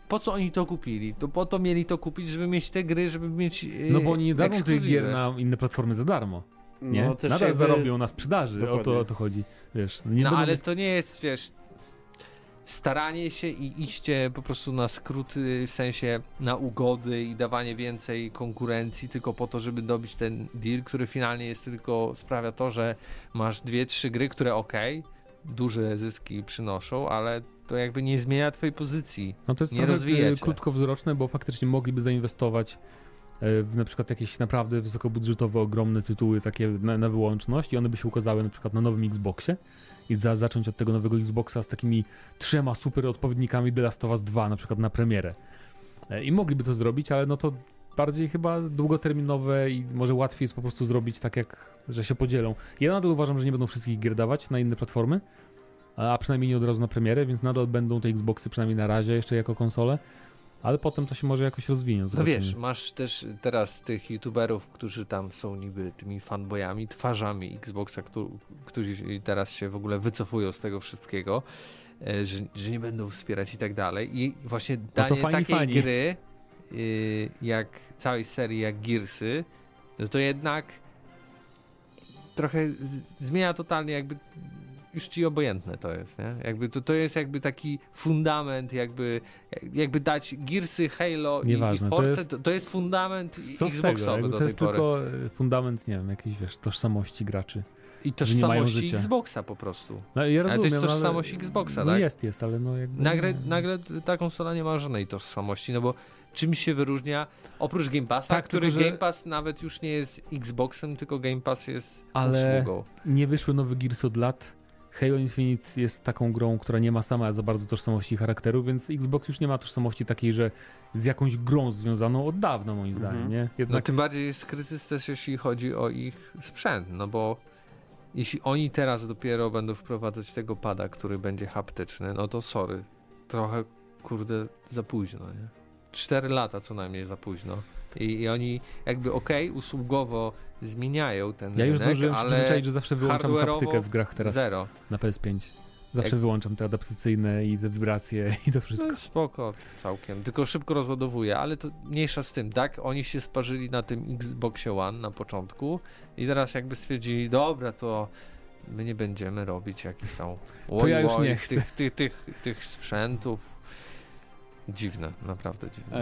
po co oni to kupili? To po to mieli to kupić, żeby mieć te gry, żeby mieć no bo oni nie dadzą tych gier na inne platformy za darmo. Nie? No, też nadal jakby... zarobią na sprzedaży, o to chodzi. Wiesz, ale to nie jest, wiesz, staranie się i iście po prostu na skróty, w sensie na ugody i dawanie więcej konkurencji tylko po to, żeby dobić ten deal, który finalnie jest tylko, sprawia to, że masz 2-3 gry, które duże zyski przynoszą, ale to jakby nie zmienia twojej pozycji. No to jest nie trochę krótkowzroczne, bo faktycznie mogliby zainwestować w na przykład jakieś naprawdę wysokobudżetowe, ogromne tytuły takie na wyłączność i one by się ukazały na przykład na nowym Xboxie i zacząć od tego nowego Xboxa z takimi 3 super odpowiednikami The Last of Us 2 na przykład na premierę. I mogliby to zrobić, ale no to bardziej chyba długoterminowe i może łatwiej jest po prostu zrobić tak że się podzielą. Ja nadal uważam, że nie będą wszystkich gier dawać na inne platformy, a przynajmniej nie od razu na premierę, więc nadal będą te Xboxy przynajmniej na razie jeszcze jako konsole, ale potem to się może jakoś rozwinie. No wiesz, masz też teraz tych youtuberów, którzy tam są niby tymi fanboyami, twarzami Xboxa, którzy teraz się w ogóle wycofują z tego wszystkiego, że nie będą wspierać i tak dalej. I właśnie danie takiej gry, jak całej serii, jak Gearsy, no to jednak trochę zmienia totalnie jakby już ci obojętne to jest, nie? Jakby to jest jakby taki fundament, jakby dać Gearsy, Halo nieważne, i Force, to jest fundament Xboxowy do tej pory. To jest tylko fundament, nie wiem, jakiejś, wiesz, tożsamości graczy. I tożsamości Xboxa po prostu. No, ja rozumiem, ale to jest tożsamość Xboxa, no tak? Jest, ale no jakby... Nagle ta konsola nie ma żadnej tożsamości, no bo czymś się wyróżnia, oprócz Game Passa, tak, który Game Pass nawet już nie jest Xboxem, tylko Game Pass jest ale usługą. Nie wyszły nowe Gearsy od lat. Halo Infinite jest taką grą, która nie ma sama za bardzo tożsamości i charakteru, więc Xbox już nie ma tożsamości takiej, że z jakąś grą związaną od dawna, moim zdaniem, nie? No tym bardziej jest kryzys też, jeśli chodzi o ich sprzęt, no bo jeśli oni teraz dopiero będą wprowadzać tego pada, który będzie haptyczny, no to sorry, trochę kurde za późno, nie? 4 lata co najmniej za późno. I oni jakby usługowo zmieniają ten rynek, ale zdążyłem się przyzwyczaić, że zawsze wyłączam haptykę w grach teraz zero. Na PS5. Zawsze wyłączam te adaptacyjne i te wibracje i to wszystko. No, spoko, całkiem. Tylko szybko rozładowuję, ale to mniejsza z tym, tak? Oni się sparzyli na tym Xboxie One na początku i teraz jakby stwierdzili, dobra, to my nie będziemy robić jakichś tam to ja już nie chcę. tych sprzętów. Dziwne, naprawdę dziwne.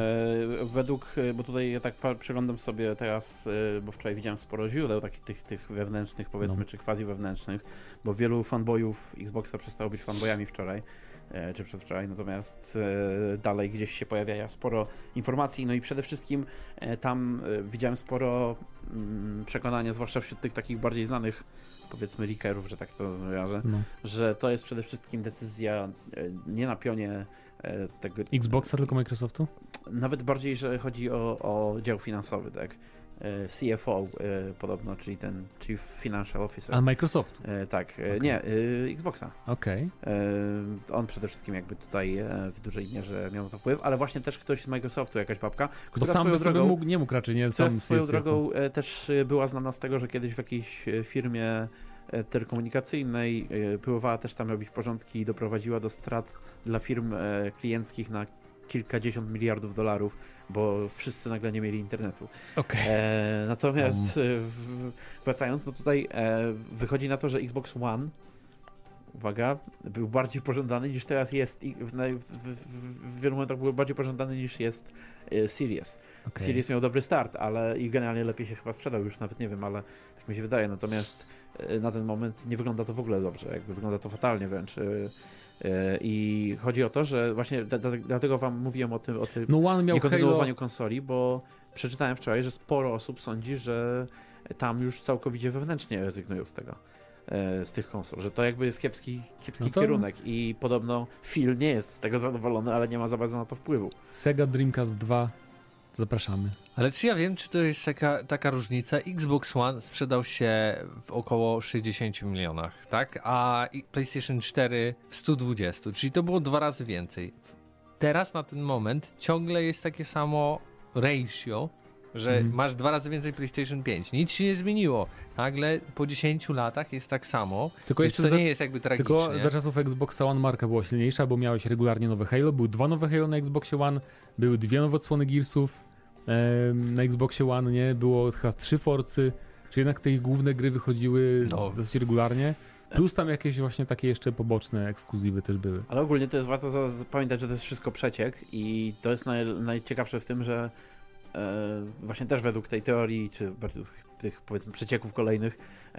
Bo tutaj ja tak przeglądam sobie teraz, bo wczoraj widziałem sporo źródeł takich tych wewnętrznych, powiedzmy, czy quasi wewnętrznych, bo wielu fanboyów Xboxa przestało być fanboyami wczoraj, czy przedwczoraj, natomiast dalej gdzieś się pojawia sporo informacji, no i przede wszystkim tam widziałem sporo przekonania, zwłaszcza wśród tych takich bardziej znanych, powiedzmy, leakerów, że tak to wyrażę, że to jest przede wszystkim decyzja nie na pionie tego... Xboxa, tylko Microsoftu? Nawet bardziej, że chodzi o dział finansowy, tak? CFO podobno, czyli ten Chief Financial Officer. A Microsoftu? Tak, okay. Nie, Xboxa. Okej. On przede wszystkim jakby tutaj w dużej mierze miał to wpływ, ale właśnie też ktoś z Microsoftu, jakaś babka, która bo sam swoją drogą nie mógł raczej, nie? Sam swoją drogą też była znana z tego, że kiedyś w jakiejś firmie telekomunikacyjnej próbowała też tam robić porządki i doprowadziła do strat dla firm klienckich na kilkadziesiąt miliardów dolarów, bo wszyscy nagle nie mieli internetu. Okay. Natomiast wracając, no tutaj wychodzi na to, że Xbox One, uwaga, był bardziej pożądany niż teraz jest i w wielu momentach był bardziej pożądany niż jest Series. Okay. Series miał dobry start, ale i generalnie lepiej się chyba sprzedał, już nawet nie wiem, ale tak mi się wydaje. Natomiast na ten moment nie wygląda to w ogóle dobrze, jakby wygląda to fatalnie wręcz. I chodzi o to, że właśnie dlatego wam mówiłem o tym niekontynuowaniu konsoli, bo przeczytałem wczoraj, że sporo osób sądzi, że tam już całkowicie wewnętrznie rezygnują z tego, z tych konsol, że to jakby jest kiepski kierunek i podobno Phil nie jest z tego zadowolony, ale nie ma za bardzo na to wpływu. Sega Dreamcast 2, zapraszamy. Ale czy ja wiem, czy to jest taka różnica? Xbox One sprzedał się w około 60 milionach, tak? A PlayStation 4 w 120, czyli to było 2 razy więcej. Teraz na ten moment ciągle jest takie samo ratio że masz 2 razy więcej PlayStation 5. Nic się nie zmieniło. Nagle po 10 latach jest tak samo. Tylko jeszcze to nie jest jakby tragicznie. Tylko za czasów Xboxa One marka była silniejsza, bo miałeś regularnie nowe Halo. Były 2 nowe Halo na Xboxie One, były 2 nowe odsłony Gearsów na Xboxie One, nie? Było chyba 3 Forcy, czyli jednak te ich główne gry wychodziły dosyć regularnie. Plus tam jakieś właśnie takie jeszcze poboczne ekskluzywy też były. Ale ogólnie to jest warto pamiętać, że to jest wszystko przeciek i to jest najciekawsze w tym, że właśnie też według tej teorii, czy tych powiedzmy przecieków kolejnych,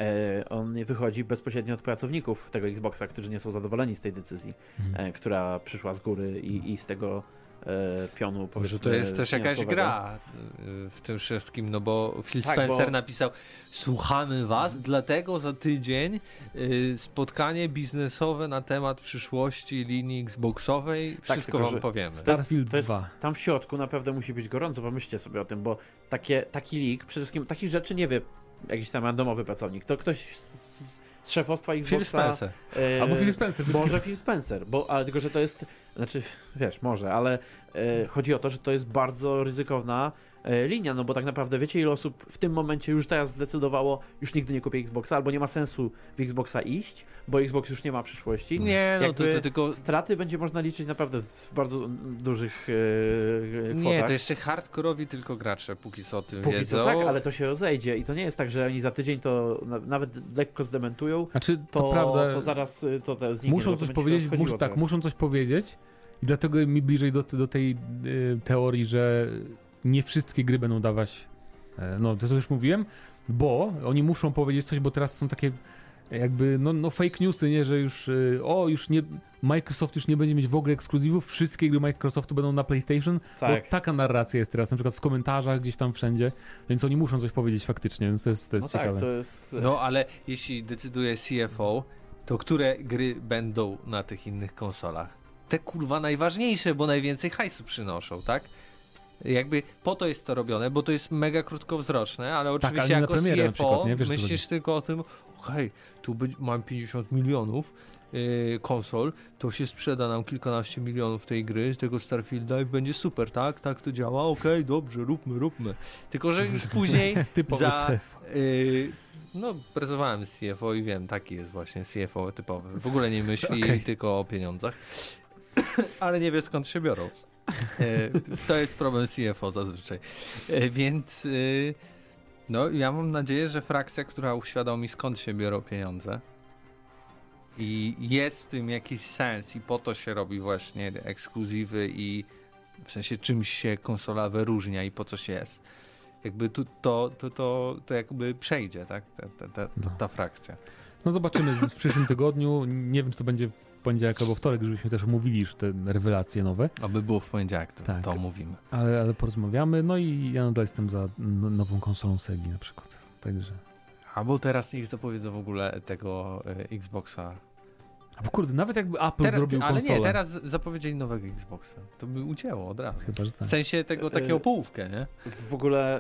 on wychodzi bezpośrednio od pracowników tego Xboxa, którzy nie są zadowoleni z tej decyzji, która przyszła z góry i z tego pionu, powiedzmy. Że to jest też jakaś gra w tym wszystkim, no bo Phil Spencer napisał: słuchamy was, dlatego za tydzień spotkanie biznesowe na temat przyszłości linii Xboxowej, wszystko wam powiemy. Starfield 2. Tam w środku naprawdę musi być gorąco, pomyślcie sobie o tym, bo taki leak, przede wszystkim takich rzeczy nie wie jakiś tam randomowy pracownik, to ktoś z szefostwa Xboxa. Phil Spencer. Albo Phil Spencer. Może Phil Spencer, ale tylko, że to jest, znaczy, wiesz, może, ale chodzi o to, że to jest bardzo ryzykowna linia, no bo tak naprawdę wiecie, ile osób w tym momencie już teraz zdecydowało, już nigdy nie kupię Xboxa, albo nie ma sensu w Xboxa iść, bo Xbox już nie ma przyszłości. Nie, no to tylko... Straty będzie można liczyć naprawdę w bardzo dużych kwotach. Nie, to jeszcze hardkorowi tylko gracze póki co o tym wiedzą. Co tak, ale to się rozejdzie i to nie jest tak, że oni za tydzień to nawet lekko zdementują, znaczy, to prawda, to zaraz to zniknie. Muszą coś powiedzieć, muszą coś powiedzieć i dlatego mi bliżej do tej teorii, że nie wszystkie gry będą dawać, no to co już mówiłem, bo oni muszą powiedzieć coś, bo teraz są takie jakby, no fake newsy, nie, że już nie, Microsoft już nie będzie mieć w ogóle ekskluzywów, wszystkie gry Microsoftu będą na PlayStation, tak. Bo taka narracja jest teraz, na przykład w komentarzach, gdzieś tam wszędzie, więc oni muszą coś powiedzieć faktycznie, więc to jest ciekawe. Tak, to jest... No ale jeśli decyduje CFO, to które gry będą na tych innych konsolach? Te kurwa najważniejsze, bo najwięcej hajsu przynoszą, tak? Jakby po to jest to robione, bo to jest mega krótkowzroczne, ale oczywiście tak, jako CFO przykład, nie? Wiesz, myślisz tylko o tym, hej, tu mam 50 milionów konsol, to się sprzeda nam kilkanaście milionów tej gry, tego Starfielda i będzie super, tak? Tak to działa, okej, dobrze, róbmy. Tylko, że już później no, pracowałem z CFO i wiem, taki jest właśnie CFO typowy. W ogóle nie myśli tylko o pieniądzach, ale nie wie skąd się biorą. To jest problem CFO zazwyczaj. Więc no, ja mam nadzieję, że frakcja, która uświadomi skąd się biorą pieniądze i jest w tym jakiś sens i po to się robi właśnie ekskluzywy i w sensie czymś się konsola wyróżnia i po coś jest. Jakby to jakby przejdzie, tak? Ta frakcja. No zobaczymy w przyszłym tygodniu. Nie wiem, czy to będzie w poniedziałek albo wtorek, żebyśmy też omówili już te rewelacje nowe. Aby było w poniedziałek, to omówimy. Ale porozmawiamy. No i ja nadal jestem za nową konsolą Segi na przykład. Także. Albo teraz niech zapowiedzą w ogóle tego Xboxa. Bo kurde, nawet jakby Apple zrobił konsolę. Ale nie, teraz zapowiedzieli nowego Xboxa. To by ucięło od razu. Chyba, że tak. W sensie tego takiego połówkę, nie? W ogóle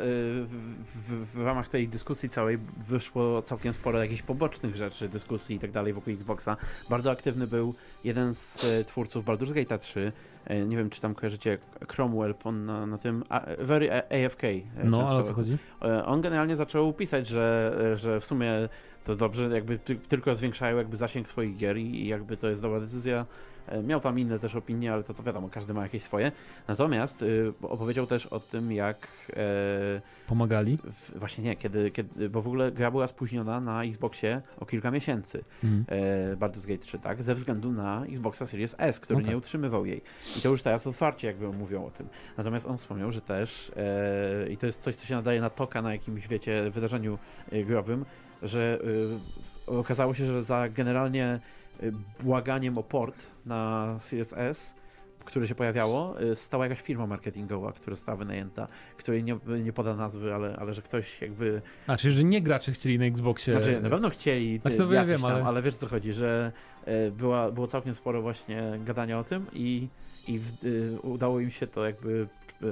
w ramach tej dyskusji całej wyszło całkiem sporo jakichś pobocznych rzeczy, dyskusji i tak dalej wokół Xboxa. Bardzo aktywny był jeden z twórców Baldur's Gate 3. Nie wiem, czy tam kojarzycie Cromwell na tym Very AFK. No, ale o co chodzi? On generalnie zaczął pisać, że w sumie to dobrze, jakby tylko zwiększają jakby zasięg swoich gier i jakby to jest dobra decyzja. Miał tam inne też opinie, ale to wiadomo, każdy ma jakieś swoje. Natomiast opowiedział też o tym, jak pomagali? Właśnie nie, kiedy, bo w ogóle gra była spóźniona na Xboxie o kilka miesięcy. Baldur's Gate 3, tak? Ze względu na Xboxa Series S, który nie utrzymywał jej. I to już teraz otwarcie jakby mówią o tym. Natomiast on wspomniał, że też i to jest coś, co się nadaje na toka na jakimś, wiecie, wydarzeniu growym, że okazało się, że za generalnie błaganiem o port na Series S, które się pojawiało, stała jakaś firma marketingowa, która została wynajęta, której nie poda nazwy, ale że ktoś jakby... Czyli że nie gracze chcieli na Xboxie... Znaczy, na pewno chcieli, ja wiem, ale wiesz co chodzi, że było całkiem sporo właśnie gadania o tym i udało im się to jakby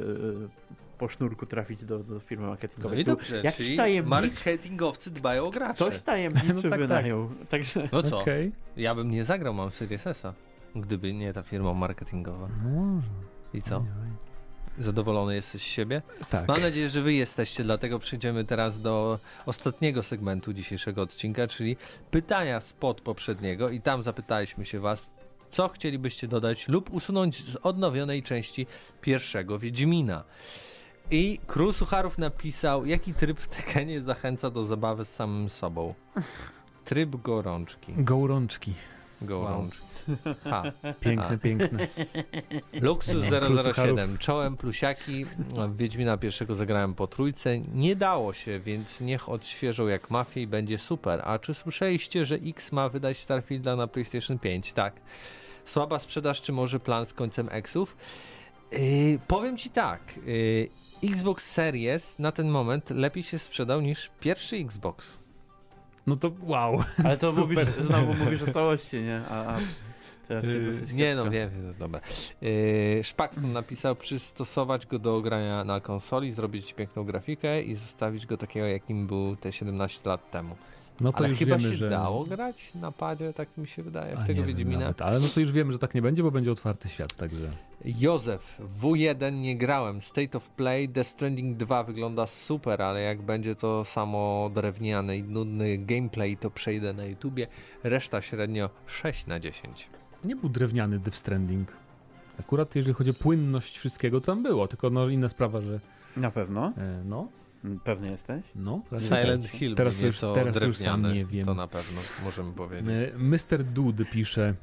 po sznurku trafić do firmy marketingowej. No i dobrze, czyli marketingowcy dbają o graczy. Ktoś tajemniczy wynajął. Także... No co? Okay. Ja bym nie zagrał, mam Series S-a, gdyby nie ta firma marketingowa. No. I co? Zadowolony jesteś z siebie? Tak. Mam nadzieję, że wy jesteście, dlatego przejdziemy teraz do ostatniego segmentu dzisiejszego odcinka, czyli pytania spod poprzedniego i tam zapytaliśmy się was, co chcielibyście dodać lub usunąć z odnowionej części pierwszego Wiedźmina. I Król Sucharów napisał, jaki tryb w Tekenie zachęca do zabawy z samym sobą. Tryb gorączki. Gołączki. Gorączki. Ha. Piękne. Luxus 007. Czołem plusiaki. W Wiedźmina pierwszego zagrałem po trójce. Nie dało się, więc niech odświeżą jak Mafię i będzie super. A czy słyszeliście, że X ma wydać Starfielda na PlayStation 5? Tak. Słaba sprzedaż, czy może plan z końcem Xów? Powiem ci tak. Xbox Series na ten moment lepiej się sprzedał niż pierwszy Xbox. No to wow. Ale to znowu mówisz o całości, nie? A teraz się dosyć nie, no wiem, dobra. Szpaxton napisał, przystosować go do grania na konsoli, zrobić piękną grafikę i zostawić go takiego, jakim był te 17 lat temu. No to ale już chyba wiemy, się że dało grać na padzie, tak mi się wydaje, w tego Wiedźmina. Ale no to już wiemy, że tak nie będzie, bo będzie otwarty świat, także... Józef, W1 nie grałem, State of Play, Death Stranding 2 wygląda super, ale jak będzie to samo drewniany i nudny gameplay, to przejdę na YouTubie, reszta średnio 6/10. Nie był drewniany Death Stranding. Akurat jeżeli chodzi o płynność wszystkiego, to tam było, tylko no inna sprawa, że... Na pewno? No. Pewny jesteś? No. Silent Hill teraz był nieco drewniany, sam nie wiem. to na pewno możemy powiedzieć. Mr. Dude pisze...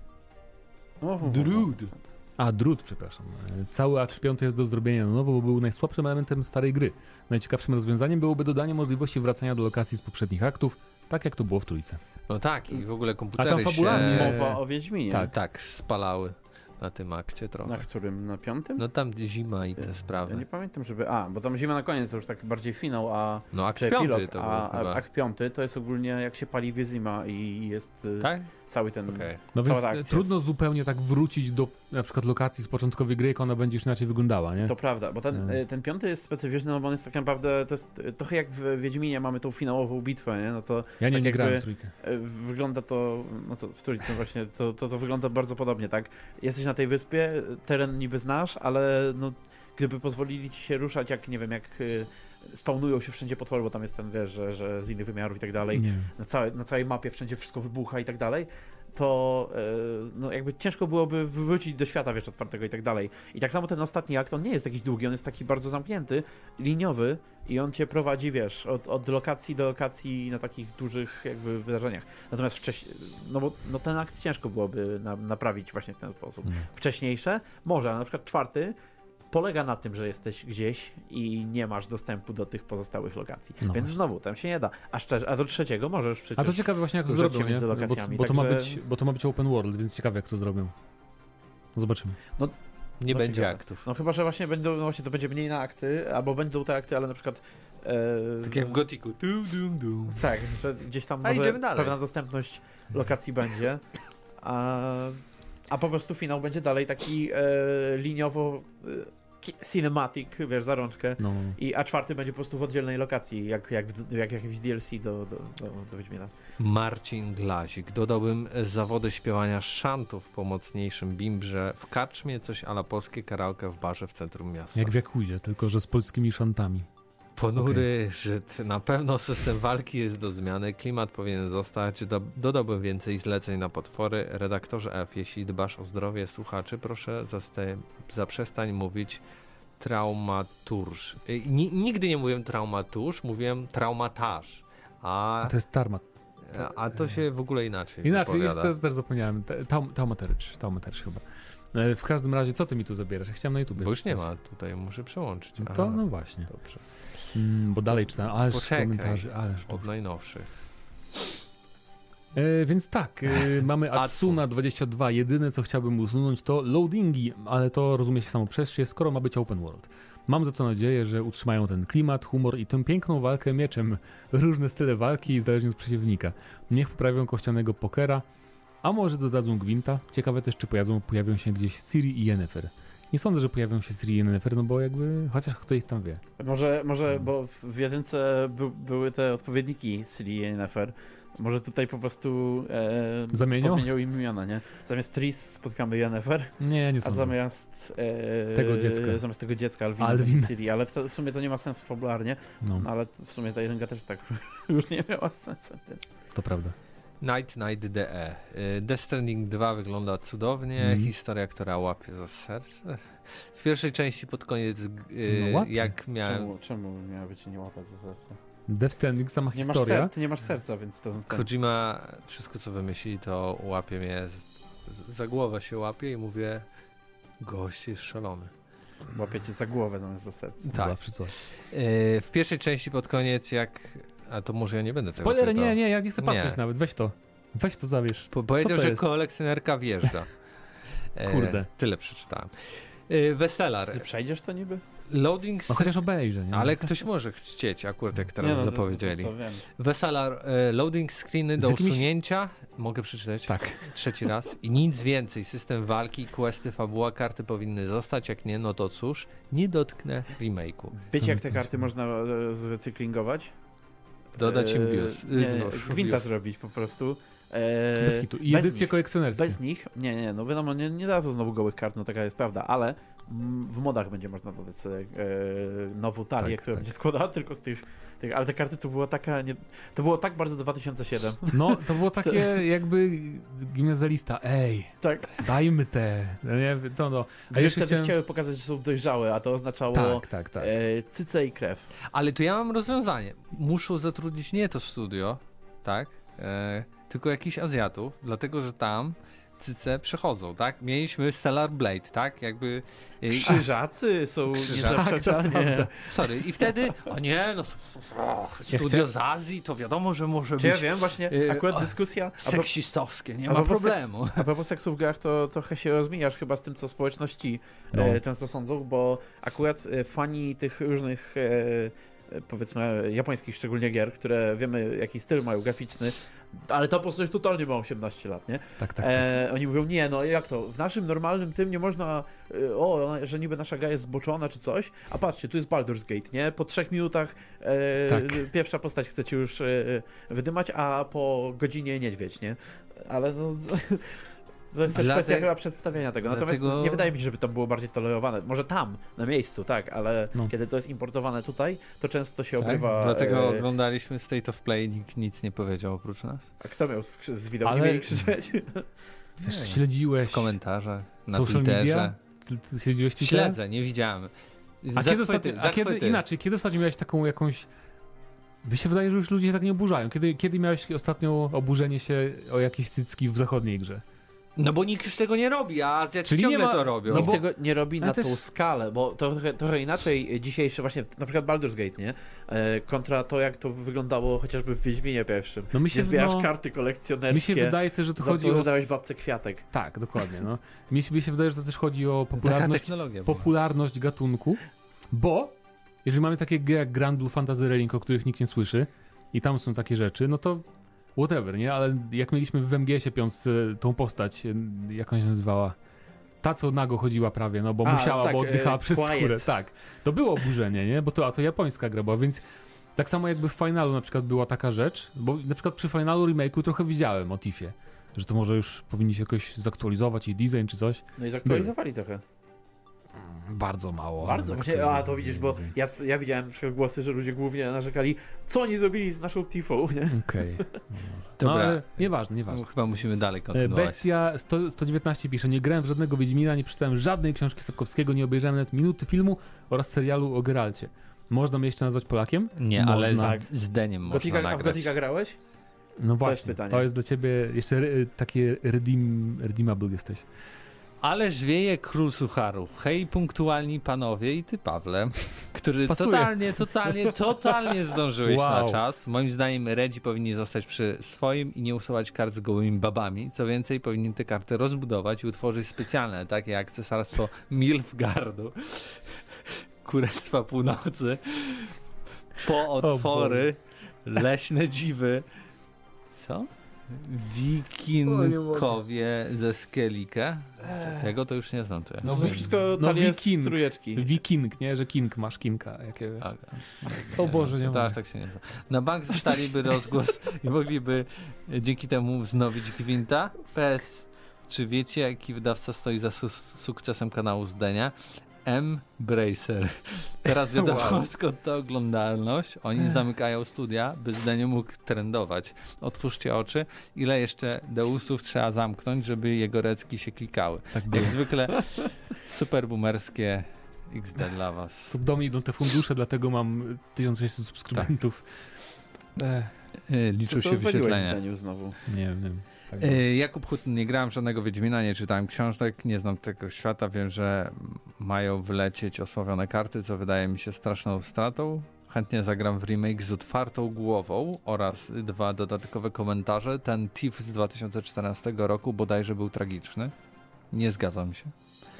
Drud, przepraszam. Cały akt 5 jest do zrobienia na nowo, bo był najsłabszym elementem starej gry. Najciekawszym rozwiązaniem byłoby dodanie możliwości wracania do lokacji z poprzednich aktów, tak jak to było w trójce. No tak, i w ogóle komputery fabularnie mowa o Wiedźminie. Tak, spalały na tym akcie trochę. Na którym? Na 5? No tam zima i te sprawy. Ja nie pamiętam, żeby... bo tam zima na koniec to już tak bardziej finał, a... No akt 5 to był chyba. Akt 5 to jest ogólnie jak się pali zima i jest... Tak? Cały ten... Okay. No więc trudno zupełnie tak wrócić do na przykład lokacji z początkowej gry, jak ona będzie już inaczej wyglądała, nie? To prawda, bo ten 5 jest specyficzny, no bo on jest tak naprawdę, to jest trochę jak w Wiedźminie mamy tą finałową bitwę, nie? No to ja nie tak grałem w trójkę. Wygląda to, no to w trójce właśnie, to wygląda bardzo podobnie, tak? Jesteś na tej wyspie, teren niby znasz, ale no gdyby pozwolili ci się ruszać, jak nie wiem, jak spawnują się wszędzie potwory, bo tam jest ten, wiesz, że z innych wymiarów i tak dalej, na całej mapie wszędzie wszystko wybucha i tak dalej, to no jakby ciężko byłoby wrócić do świata, wiesz, otwartego i tak dalej. I tak samo ten ostatni akt, on nie jest jakiś długi, on jest taki bardzo zamknięty, liniowy i on cię prowadzi, wiesz, od lokacji do lokacji na takich dużych jakby wydarzeniach. Natomiast wcześniej, no bo no ten akt ciężko byłoby naprawić właśnie w ten sposób. Wcześniejsze może, ale na przykład 4 polega na tym, że jesteś gdzieś i nie masz dostępu do tych pozostałych lokacji. No więc znowu, tam się nie da. A do 3 możesz przecież... A to ciekawe właśnie jak to zrobią, nie? Bo to ma być open world, więc ciekawe jak to zrobią. No zobaczymy. No, nie będzie aktów. No chyba, że właśnie będą, no właśnie to będzie mniej na akty, albo będą te akty, ale na przykład... tak jak w Gothicu. Tak, że gdzieś tam może pewna dostępność lokacji będzie. A po prostu finał będzie dalej taki liniowo cinematic, wiesz, za rączkę. No. A 4 będzie po prostu w oddzielnej lokacji, jak jakiś DLC do Wiedźmina. Marcin Glazik. Dodałbym zawody śpiewania szantów po mocniejszym bimbrze w karczmie, coś a la polskie karaoke w barze w centrum miasta. Jak w Jakuzie, tylko że z polskimi szantami. Ponury Żyd. Na pewno system walki jest do zmiany, klimat powinien zostać, dodałbym więcej zleceń na potwory. Redaktorze F, jeśli dbasz o zdrowie słuchaczy, proszę zaprzestań mówić traumaturż. Nigdy nie mówiłem traumaturz, mówiłem traumataż. A to jest tarmat. A to się w ogóle inaczej już też zapomniałem. Taumaterz chyba. W każdym razie, co ty mi tu zabierasz? Ja chciałem na YouTube. Bo już nie ma, tutaj muszę przełączyć. No właśnie. Dobrze. Bo dalej czytam, komentarzy, od najnowszych. Więc tak, mamy Atsuna 22. Jedyne co chciałbym usunąć to loadingi, ale to rozumie się samo przez się, skoro ma być open world. Mam za to nadzieję, że utrzymają ten klimat, humor i tę piękną walkę mieczem. Różne style walki zależnie od przeciwnika. Niech poprawią kościanego pokera, a może dodadzą Gwinta. Ciekawe też, czy pojawią się gdzieś Ciri i Yennefer. Nie sądzę, że pojawią się Ciri i Yennefer, no bo jakby, chociaż kto ich tam wie. Może bo w jedynce były te odpowiedniki Ciri i Yennefer, Może tutaj po prostu zmienią im imiona, nie? Zamiast Tris spotkamy Yennefer, nie a zamiast tego dziecka Alvin. Ciri, ale w sumie to nie ma sensu fabularnie, no ale w sumie ta jedynka też tak już nie miała sensu. Więc. To prawda. Night.de. Death Stranding 2 wygląda cudownie, historia, która łapie za serce. W pierwszej części pod koniec, jak miałem... Czemu miała być nie łapać za serce? Death Stranding, sama historia. Ty nie masz serca, więc to... Kojima wszystko co wymyśli, to łapie mnie, za głowę się łapie i mówię, gość jest szalony. Łapie cię za głowę zamiast za serce. Tak. Zawsze coś. W pierwszej części pod koniec a to może ja nie będę tego Spoiler, czytał. nie, ja nie chcę patrzeć nawet, weź to zawierz. Powiedział, że kolekcjonerka wjeżdża. Kurde. Tyle przeczytałem. Weselar. Ty przejdziesz to niby? Loading chociaż obejrzę, nie? Ale ktoś może chcieć, akurat jak teraz zapowiedzieli. To wiem. Weselar, loading screeny do usunięcia. Mogę przeczytać? Tak. Trzeci raz. I nic więcej. System walki, questy, fabuła, karty powinny zostać. Jak nie, no to cóż, nie dotknę remake'u. Wiecie, jak te karty można zrecyklingować? Dodać im bios. Gwinta zrobić po prostu. Bez kitu. I edycje kolekcjonerskie. Bez nich, no wiadomo, nie dadzą znowu gołych kart, no taka jest prawda, ale w modach będzie można dodać sobie nową talię, która będzie składała tylko z tych, ale te karty to to było tak bardzo 2007. No, to było takie jakby gimnazjalista, tak. Dajmy te, no. A jeszcze wtedy chciały pokazać, że są dojrzałe, a to oznaczało tak. cyce i krew. Ale tu ja mam rozwiązanie. Muszą zatrudnić nie to studio, tak? Tylko jakichś Azjatów, dlatego że tam cyce przechodzą, tak? Mieliśmy Stellar Blade, tak? Jakby... Krzyżacy są niezaprzeczalnie. Sorry, i wtedy, studio z Azji, to wiadomo, że może być... Ja wiem, właśnie akurat dyskusja... Seksistowskie, nie ma problemu. A propos seksu w grach, to trochę się rozmijasz chyba z tym, co społeczności często sądzą, bo akurat fani tych różnych... powiedzmy japońskich szczególnie gier, które wiemy jaki styl mają graficzny, ale to po prostu już totalnie ma 18 lat, nie? Tak. Oni mówią, nie, no jak to, w naszym normalnym tym nie można, że niby nasza gra jest zboczona czy coś, a patrzcie, tu jest Baldur's Gate, nie? Po 3 minutach pierwsza postać chce cię już wydymać, a po godzinie niedźwiedź, nie? Ale no... To jest też kwestia chyba przedstawienia tego. Natomiast nie wydaje mi się, żeby to było bardziej tolerowane. Może tam, na miejscu, tak, ale kiedy to jest importowane tutaj, to często się obrywa... Dlatego oglądaliśmy State of Play, nikt nic nie powiedział oprócz nas. A kto miał z widok nie mieli krzyczeć? Śledziłeś... W komentarzach, na social Twitterze. Ty śledziłeś Twitter? Śledzę, nie widziałem. Kiedy ostatnio miałeś taką jakąś... Mi się wydaje, że już ludzie się tak nie oburzają. Kiedy miałeś ostatnio oburzenie się o jakieś cycki w zachodniej grze? No bo nikt już tego nie robi, a Azjaci ciągle to robią. Nikt tego nie robi na tą skalę, bo to trochę inaczej dzisiejszy właśnie, na przykład Baldur's Gate, nie? Kontra to, jak to wyglądało chociażby w Wiedźminie pierwszym. No gdzie zbierasz karty kolekcjonerskie. Mi się wydaje też, że to chodzi o... dałeś babce kwiatek. Tak, dokładnie. No. Mi się wydaje, że to też chodzi o popularność gatunku, bo jeżeli mamy takie gry jak Grand Blue Fantasy Relink, o których nikt nie słyszy i tam są takie rzeczy, no to whatever, nie? Ale jak mieliśmy w MGS-ie 5 tą postać, jak ona się nazywała? Ta, co nago chodziła prawie, no bo musiała, bo oddychała przez skórę. Tak. To było oburzenie, nie? Bo to japońska gra była, więc tak samo jakby w Finalu na przykład była taka rzecz, bo na przykład przy Finalu remake'u trochę widziałem o Tiffie, że to może już powinni się jakoś zaktualizować i design czy coś. No i zaktualizowali trochę. Bardzo mało. Bardzo. Właśnie, to widzisz, bo ja widziałem na przykład głosy, że ludzie głównie narzekali, co oni zrobili z naszą Tifą, nie? Okej. No ale nieważne. Chyba musimy dalej kontynuować. Bestia 119 pisze, nie grałem w żadnego Wiedźmina, nie przeczytałem żadnej książki Sapkowskiego, nie obejrzałem nawet minuty filmu oraz serialu o Geralcie. Można mnie jeszcze nazwać Polakiem? Nie, ale z Deniem można nagrać. A w Gotika grałeś? No właśnie, to jest dla ciebie jeszcze takie redeemable jesteś. Ależ wieje król sucharów. Hej, punktualni panowie i ty, Pawle, który totalnie zdążyłeś na czas. Moim zdaniem Redzi powinni zostać przy swoim i nie usuwać kart z gołymi babami. Co więcej, powinni te karty rozbudować i utworzyć specjalne, takie jak cesarstwo Milfgardu, Królestwa Północy, po otwory, leśne dziwy. Co? Wikingowie ze Skellige. Tego to już nie znam. To no wszystko Wiking. Trójeczki. Wiking, nie? Że king masz kinka jakiegoś. O Boże, nie to aż tak się nie zna. Na bank zostaliby rozgłos i mogliby dzięki temu wznowić Gwinta. PS, czy wiecie, jaki wydawca stoi za sukcesem kanału Zdenia? Embracer. Teraz wiadomo skąd ta oglądalność. Oni zamykają studia, by Zdenie mógł trendować. Otwórzcie oczy, ile jeszcze Deusów trzeba zamknąć, żeby jego recki się klikały. Tak jak zwykle super boomerskie XD dla was. To do mnie idą te fundusze, dlatego mam 1600 subskrybentów. Tak. Liczył się wyświetlenia. Znowu. Nie wiem. Tak. Jakub Hutn, nie grałem żadnego Wiedźmina, nie czytałem książek, nie znam tego świata, wiem, że mają wylecieć osławione karty, co wydaje mi się straszną stratą. Chętnie zagram w remake z otwartą głową oraz 2 dodatkowe komentarze. Ten Thief z 2014 roku bodajże był tragiczny. Nie zgadzam się.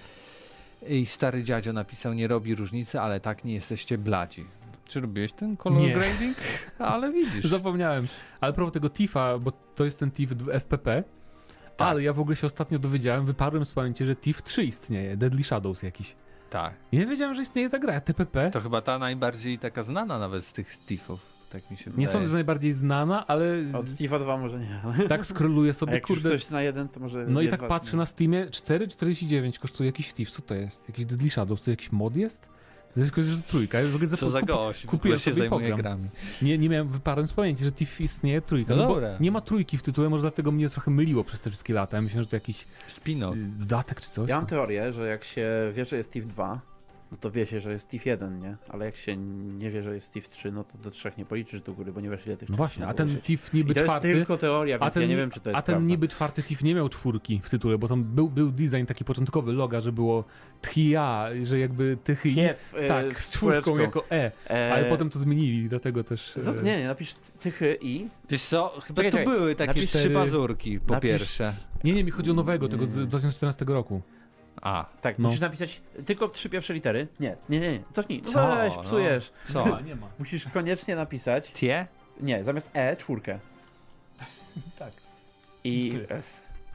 I stary dziadzio napisał, nie robi różnicy, ale tak nie jesteście bladzi. Czy robiłeś ten color grading? Ale widzisz. Zapomniałem. Ale propos tego Thiefa, bo to jest ten Thief FPP, tak. Ale ja w ogóle się ostatnio dowiedziałem, wyparłem z pamięci, że Thief 3 istnieje, Deadly Shadows jakiś. Tak. I nie wiedziałem, że istnieje ta gra, TPP. To chyba ta najbardziej taka znana nawet z tych Thiefów. Tak mi się wydaje. Nie sądzę, że najbardziej znana, ale... Od Thiefa 2 może nie. Ale... Tak scrolluję sobie, a jak kurde... coś na jeden, to może... No i tak patrzę na Steamie, 4,49 kosztuje jakiś Thief, co to jest? Jakiś Deadly Shadows, to jakiś mod jest? To jest tylko trójka. Ja w ogóle co za gość, kupiłem się zajmuje grami. Nie miałem, wyparłem z pamięci, że Thief istnieje trójka. No bo nie ma trójki w tytule, może dlatego mnie trochę myliło przez te wszystkie lata. Ja myślałem, że to jakiś spin-off, dodatek czy coś. Ja mam teorię, że jak się wie, że jest Thief 2, no to wie się, że jest Thief 1, nie? Ale jak się nie wie, że jest Thief 3, no to do 3 nie policzysz do góry, bo nie wiesz, ile tych... No właśnie, a ten Thief niby to czwarty... jest tylko teoria, więc ja nie wiem, czy to jest prawda. A ten niby czwarty Thief nie miał 4 w tytule, bo tam był design taki początkowy loga, że było Tchia, że jakby Tychy... Tak, z 4 jako ale potem to zmienili, dlatego też... Nie, napisz Tychy i... Wiesz co, chyba tu były takie 3 pazurki, po pierwsze. Nie, mi chodzi o nowego, tego z 2014 roku. A, tak, musisz napisać tylko 3 pierwsze litery. Nie. Cofnij. Co? Weź, psujesz. Co? Nie ma. Musisz koniecznie napisać... Tie? Nie, zamiast 4. Tak. I F.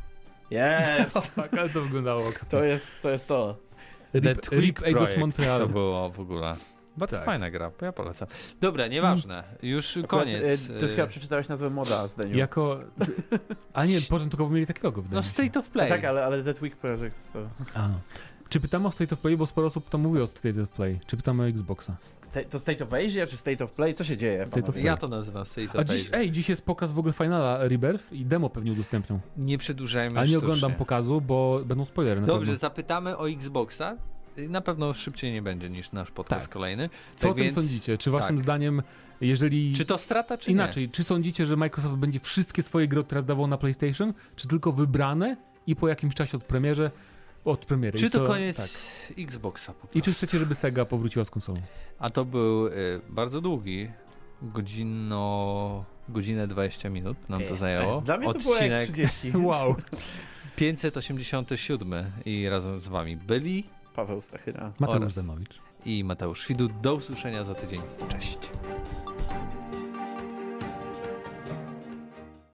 Jest! Tak, ale to wyglądało. To jest to. The Tweak Projekt to było w ogóle. Bardzo fajna gra, ja polecam. Dobra, nieważne. Już koniec. Ty chyba przeczytałeś nazwę moda z Deniu. A nie, początkowo mieli takie logo w Deniu. No State of Play. No tak, ale The Tweak Project to... Czy pytamy o State of Play, bo sporo osób tam mówi o State of Play. Czy pytamy o Xboxa? To State of Asia czy State of Play? Co się dzieje? Ja to nazywam State of Asia. Dziś jest pokaz w ogóle Finala Rebirth i demo pewnie udostępnią. Nie przedłużajmy. Ale nie oglądam pokazu, bo będą spoilery. Dobrze, zapytamy o Xboxa. Na pewno szybciej nie będzie niż nasz podcast kolejny. Co o tym sądzicie? Czy waszym zdaniem, jeżeli... Czy to strata, czy inaczej, czy sądzicie, że Microsoft będzie wszystkie swoje gry teraz dawał na PlayStation, czy tylko wybrane i po jakimś czasie od premiery? Czy to koniec Xboxa po prostu. I czy chcecie, żeby Sega powróciła z konsolą? A to był bardzo długi, godzinę 20 minut nam to zajęło. Dla mnie to było jak 30. Wow. 587 i razem z wami byli Paweł Stachyra, Mateusz Zemowicz i Mateusz Widut. Do usłyszenia za tydzień. Cześć.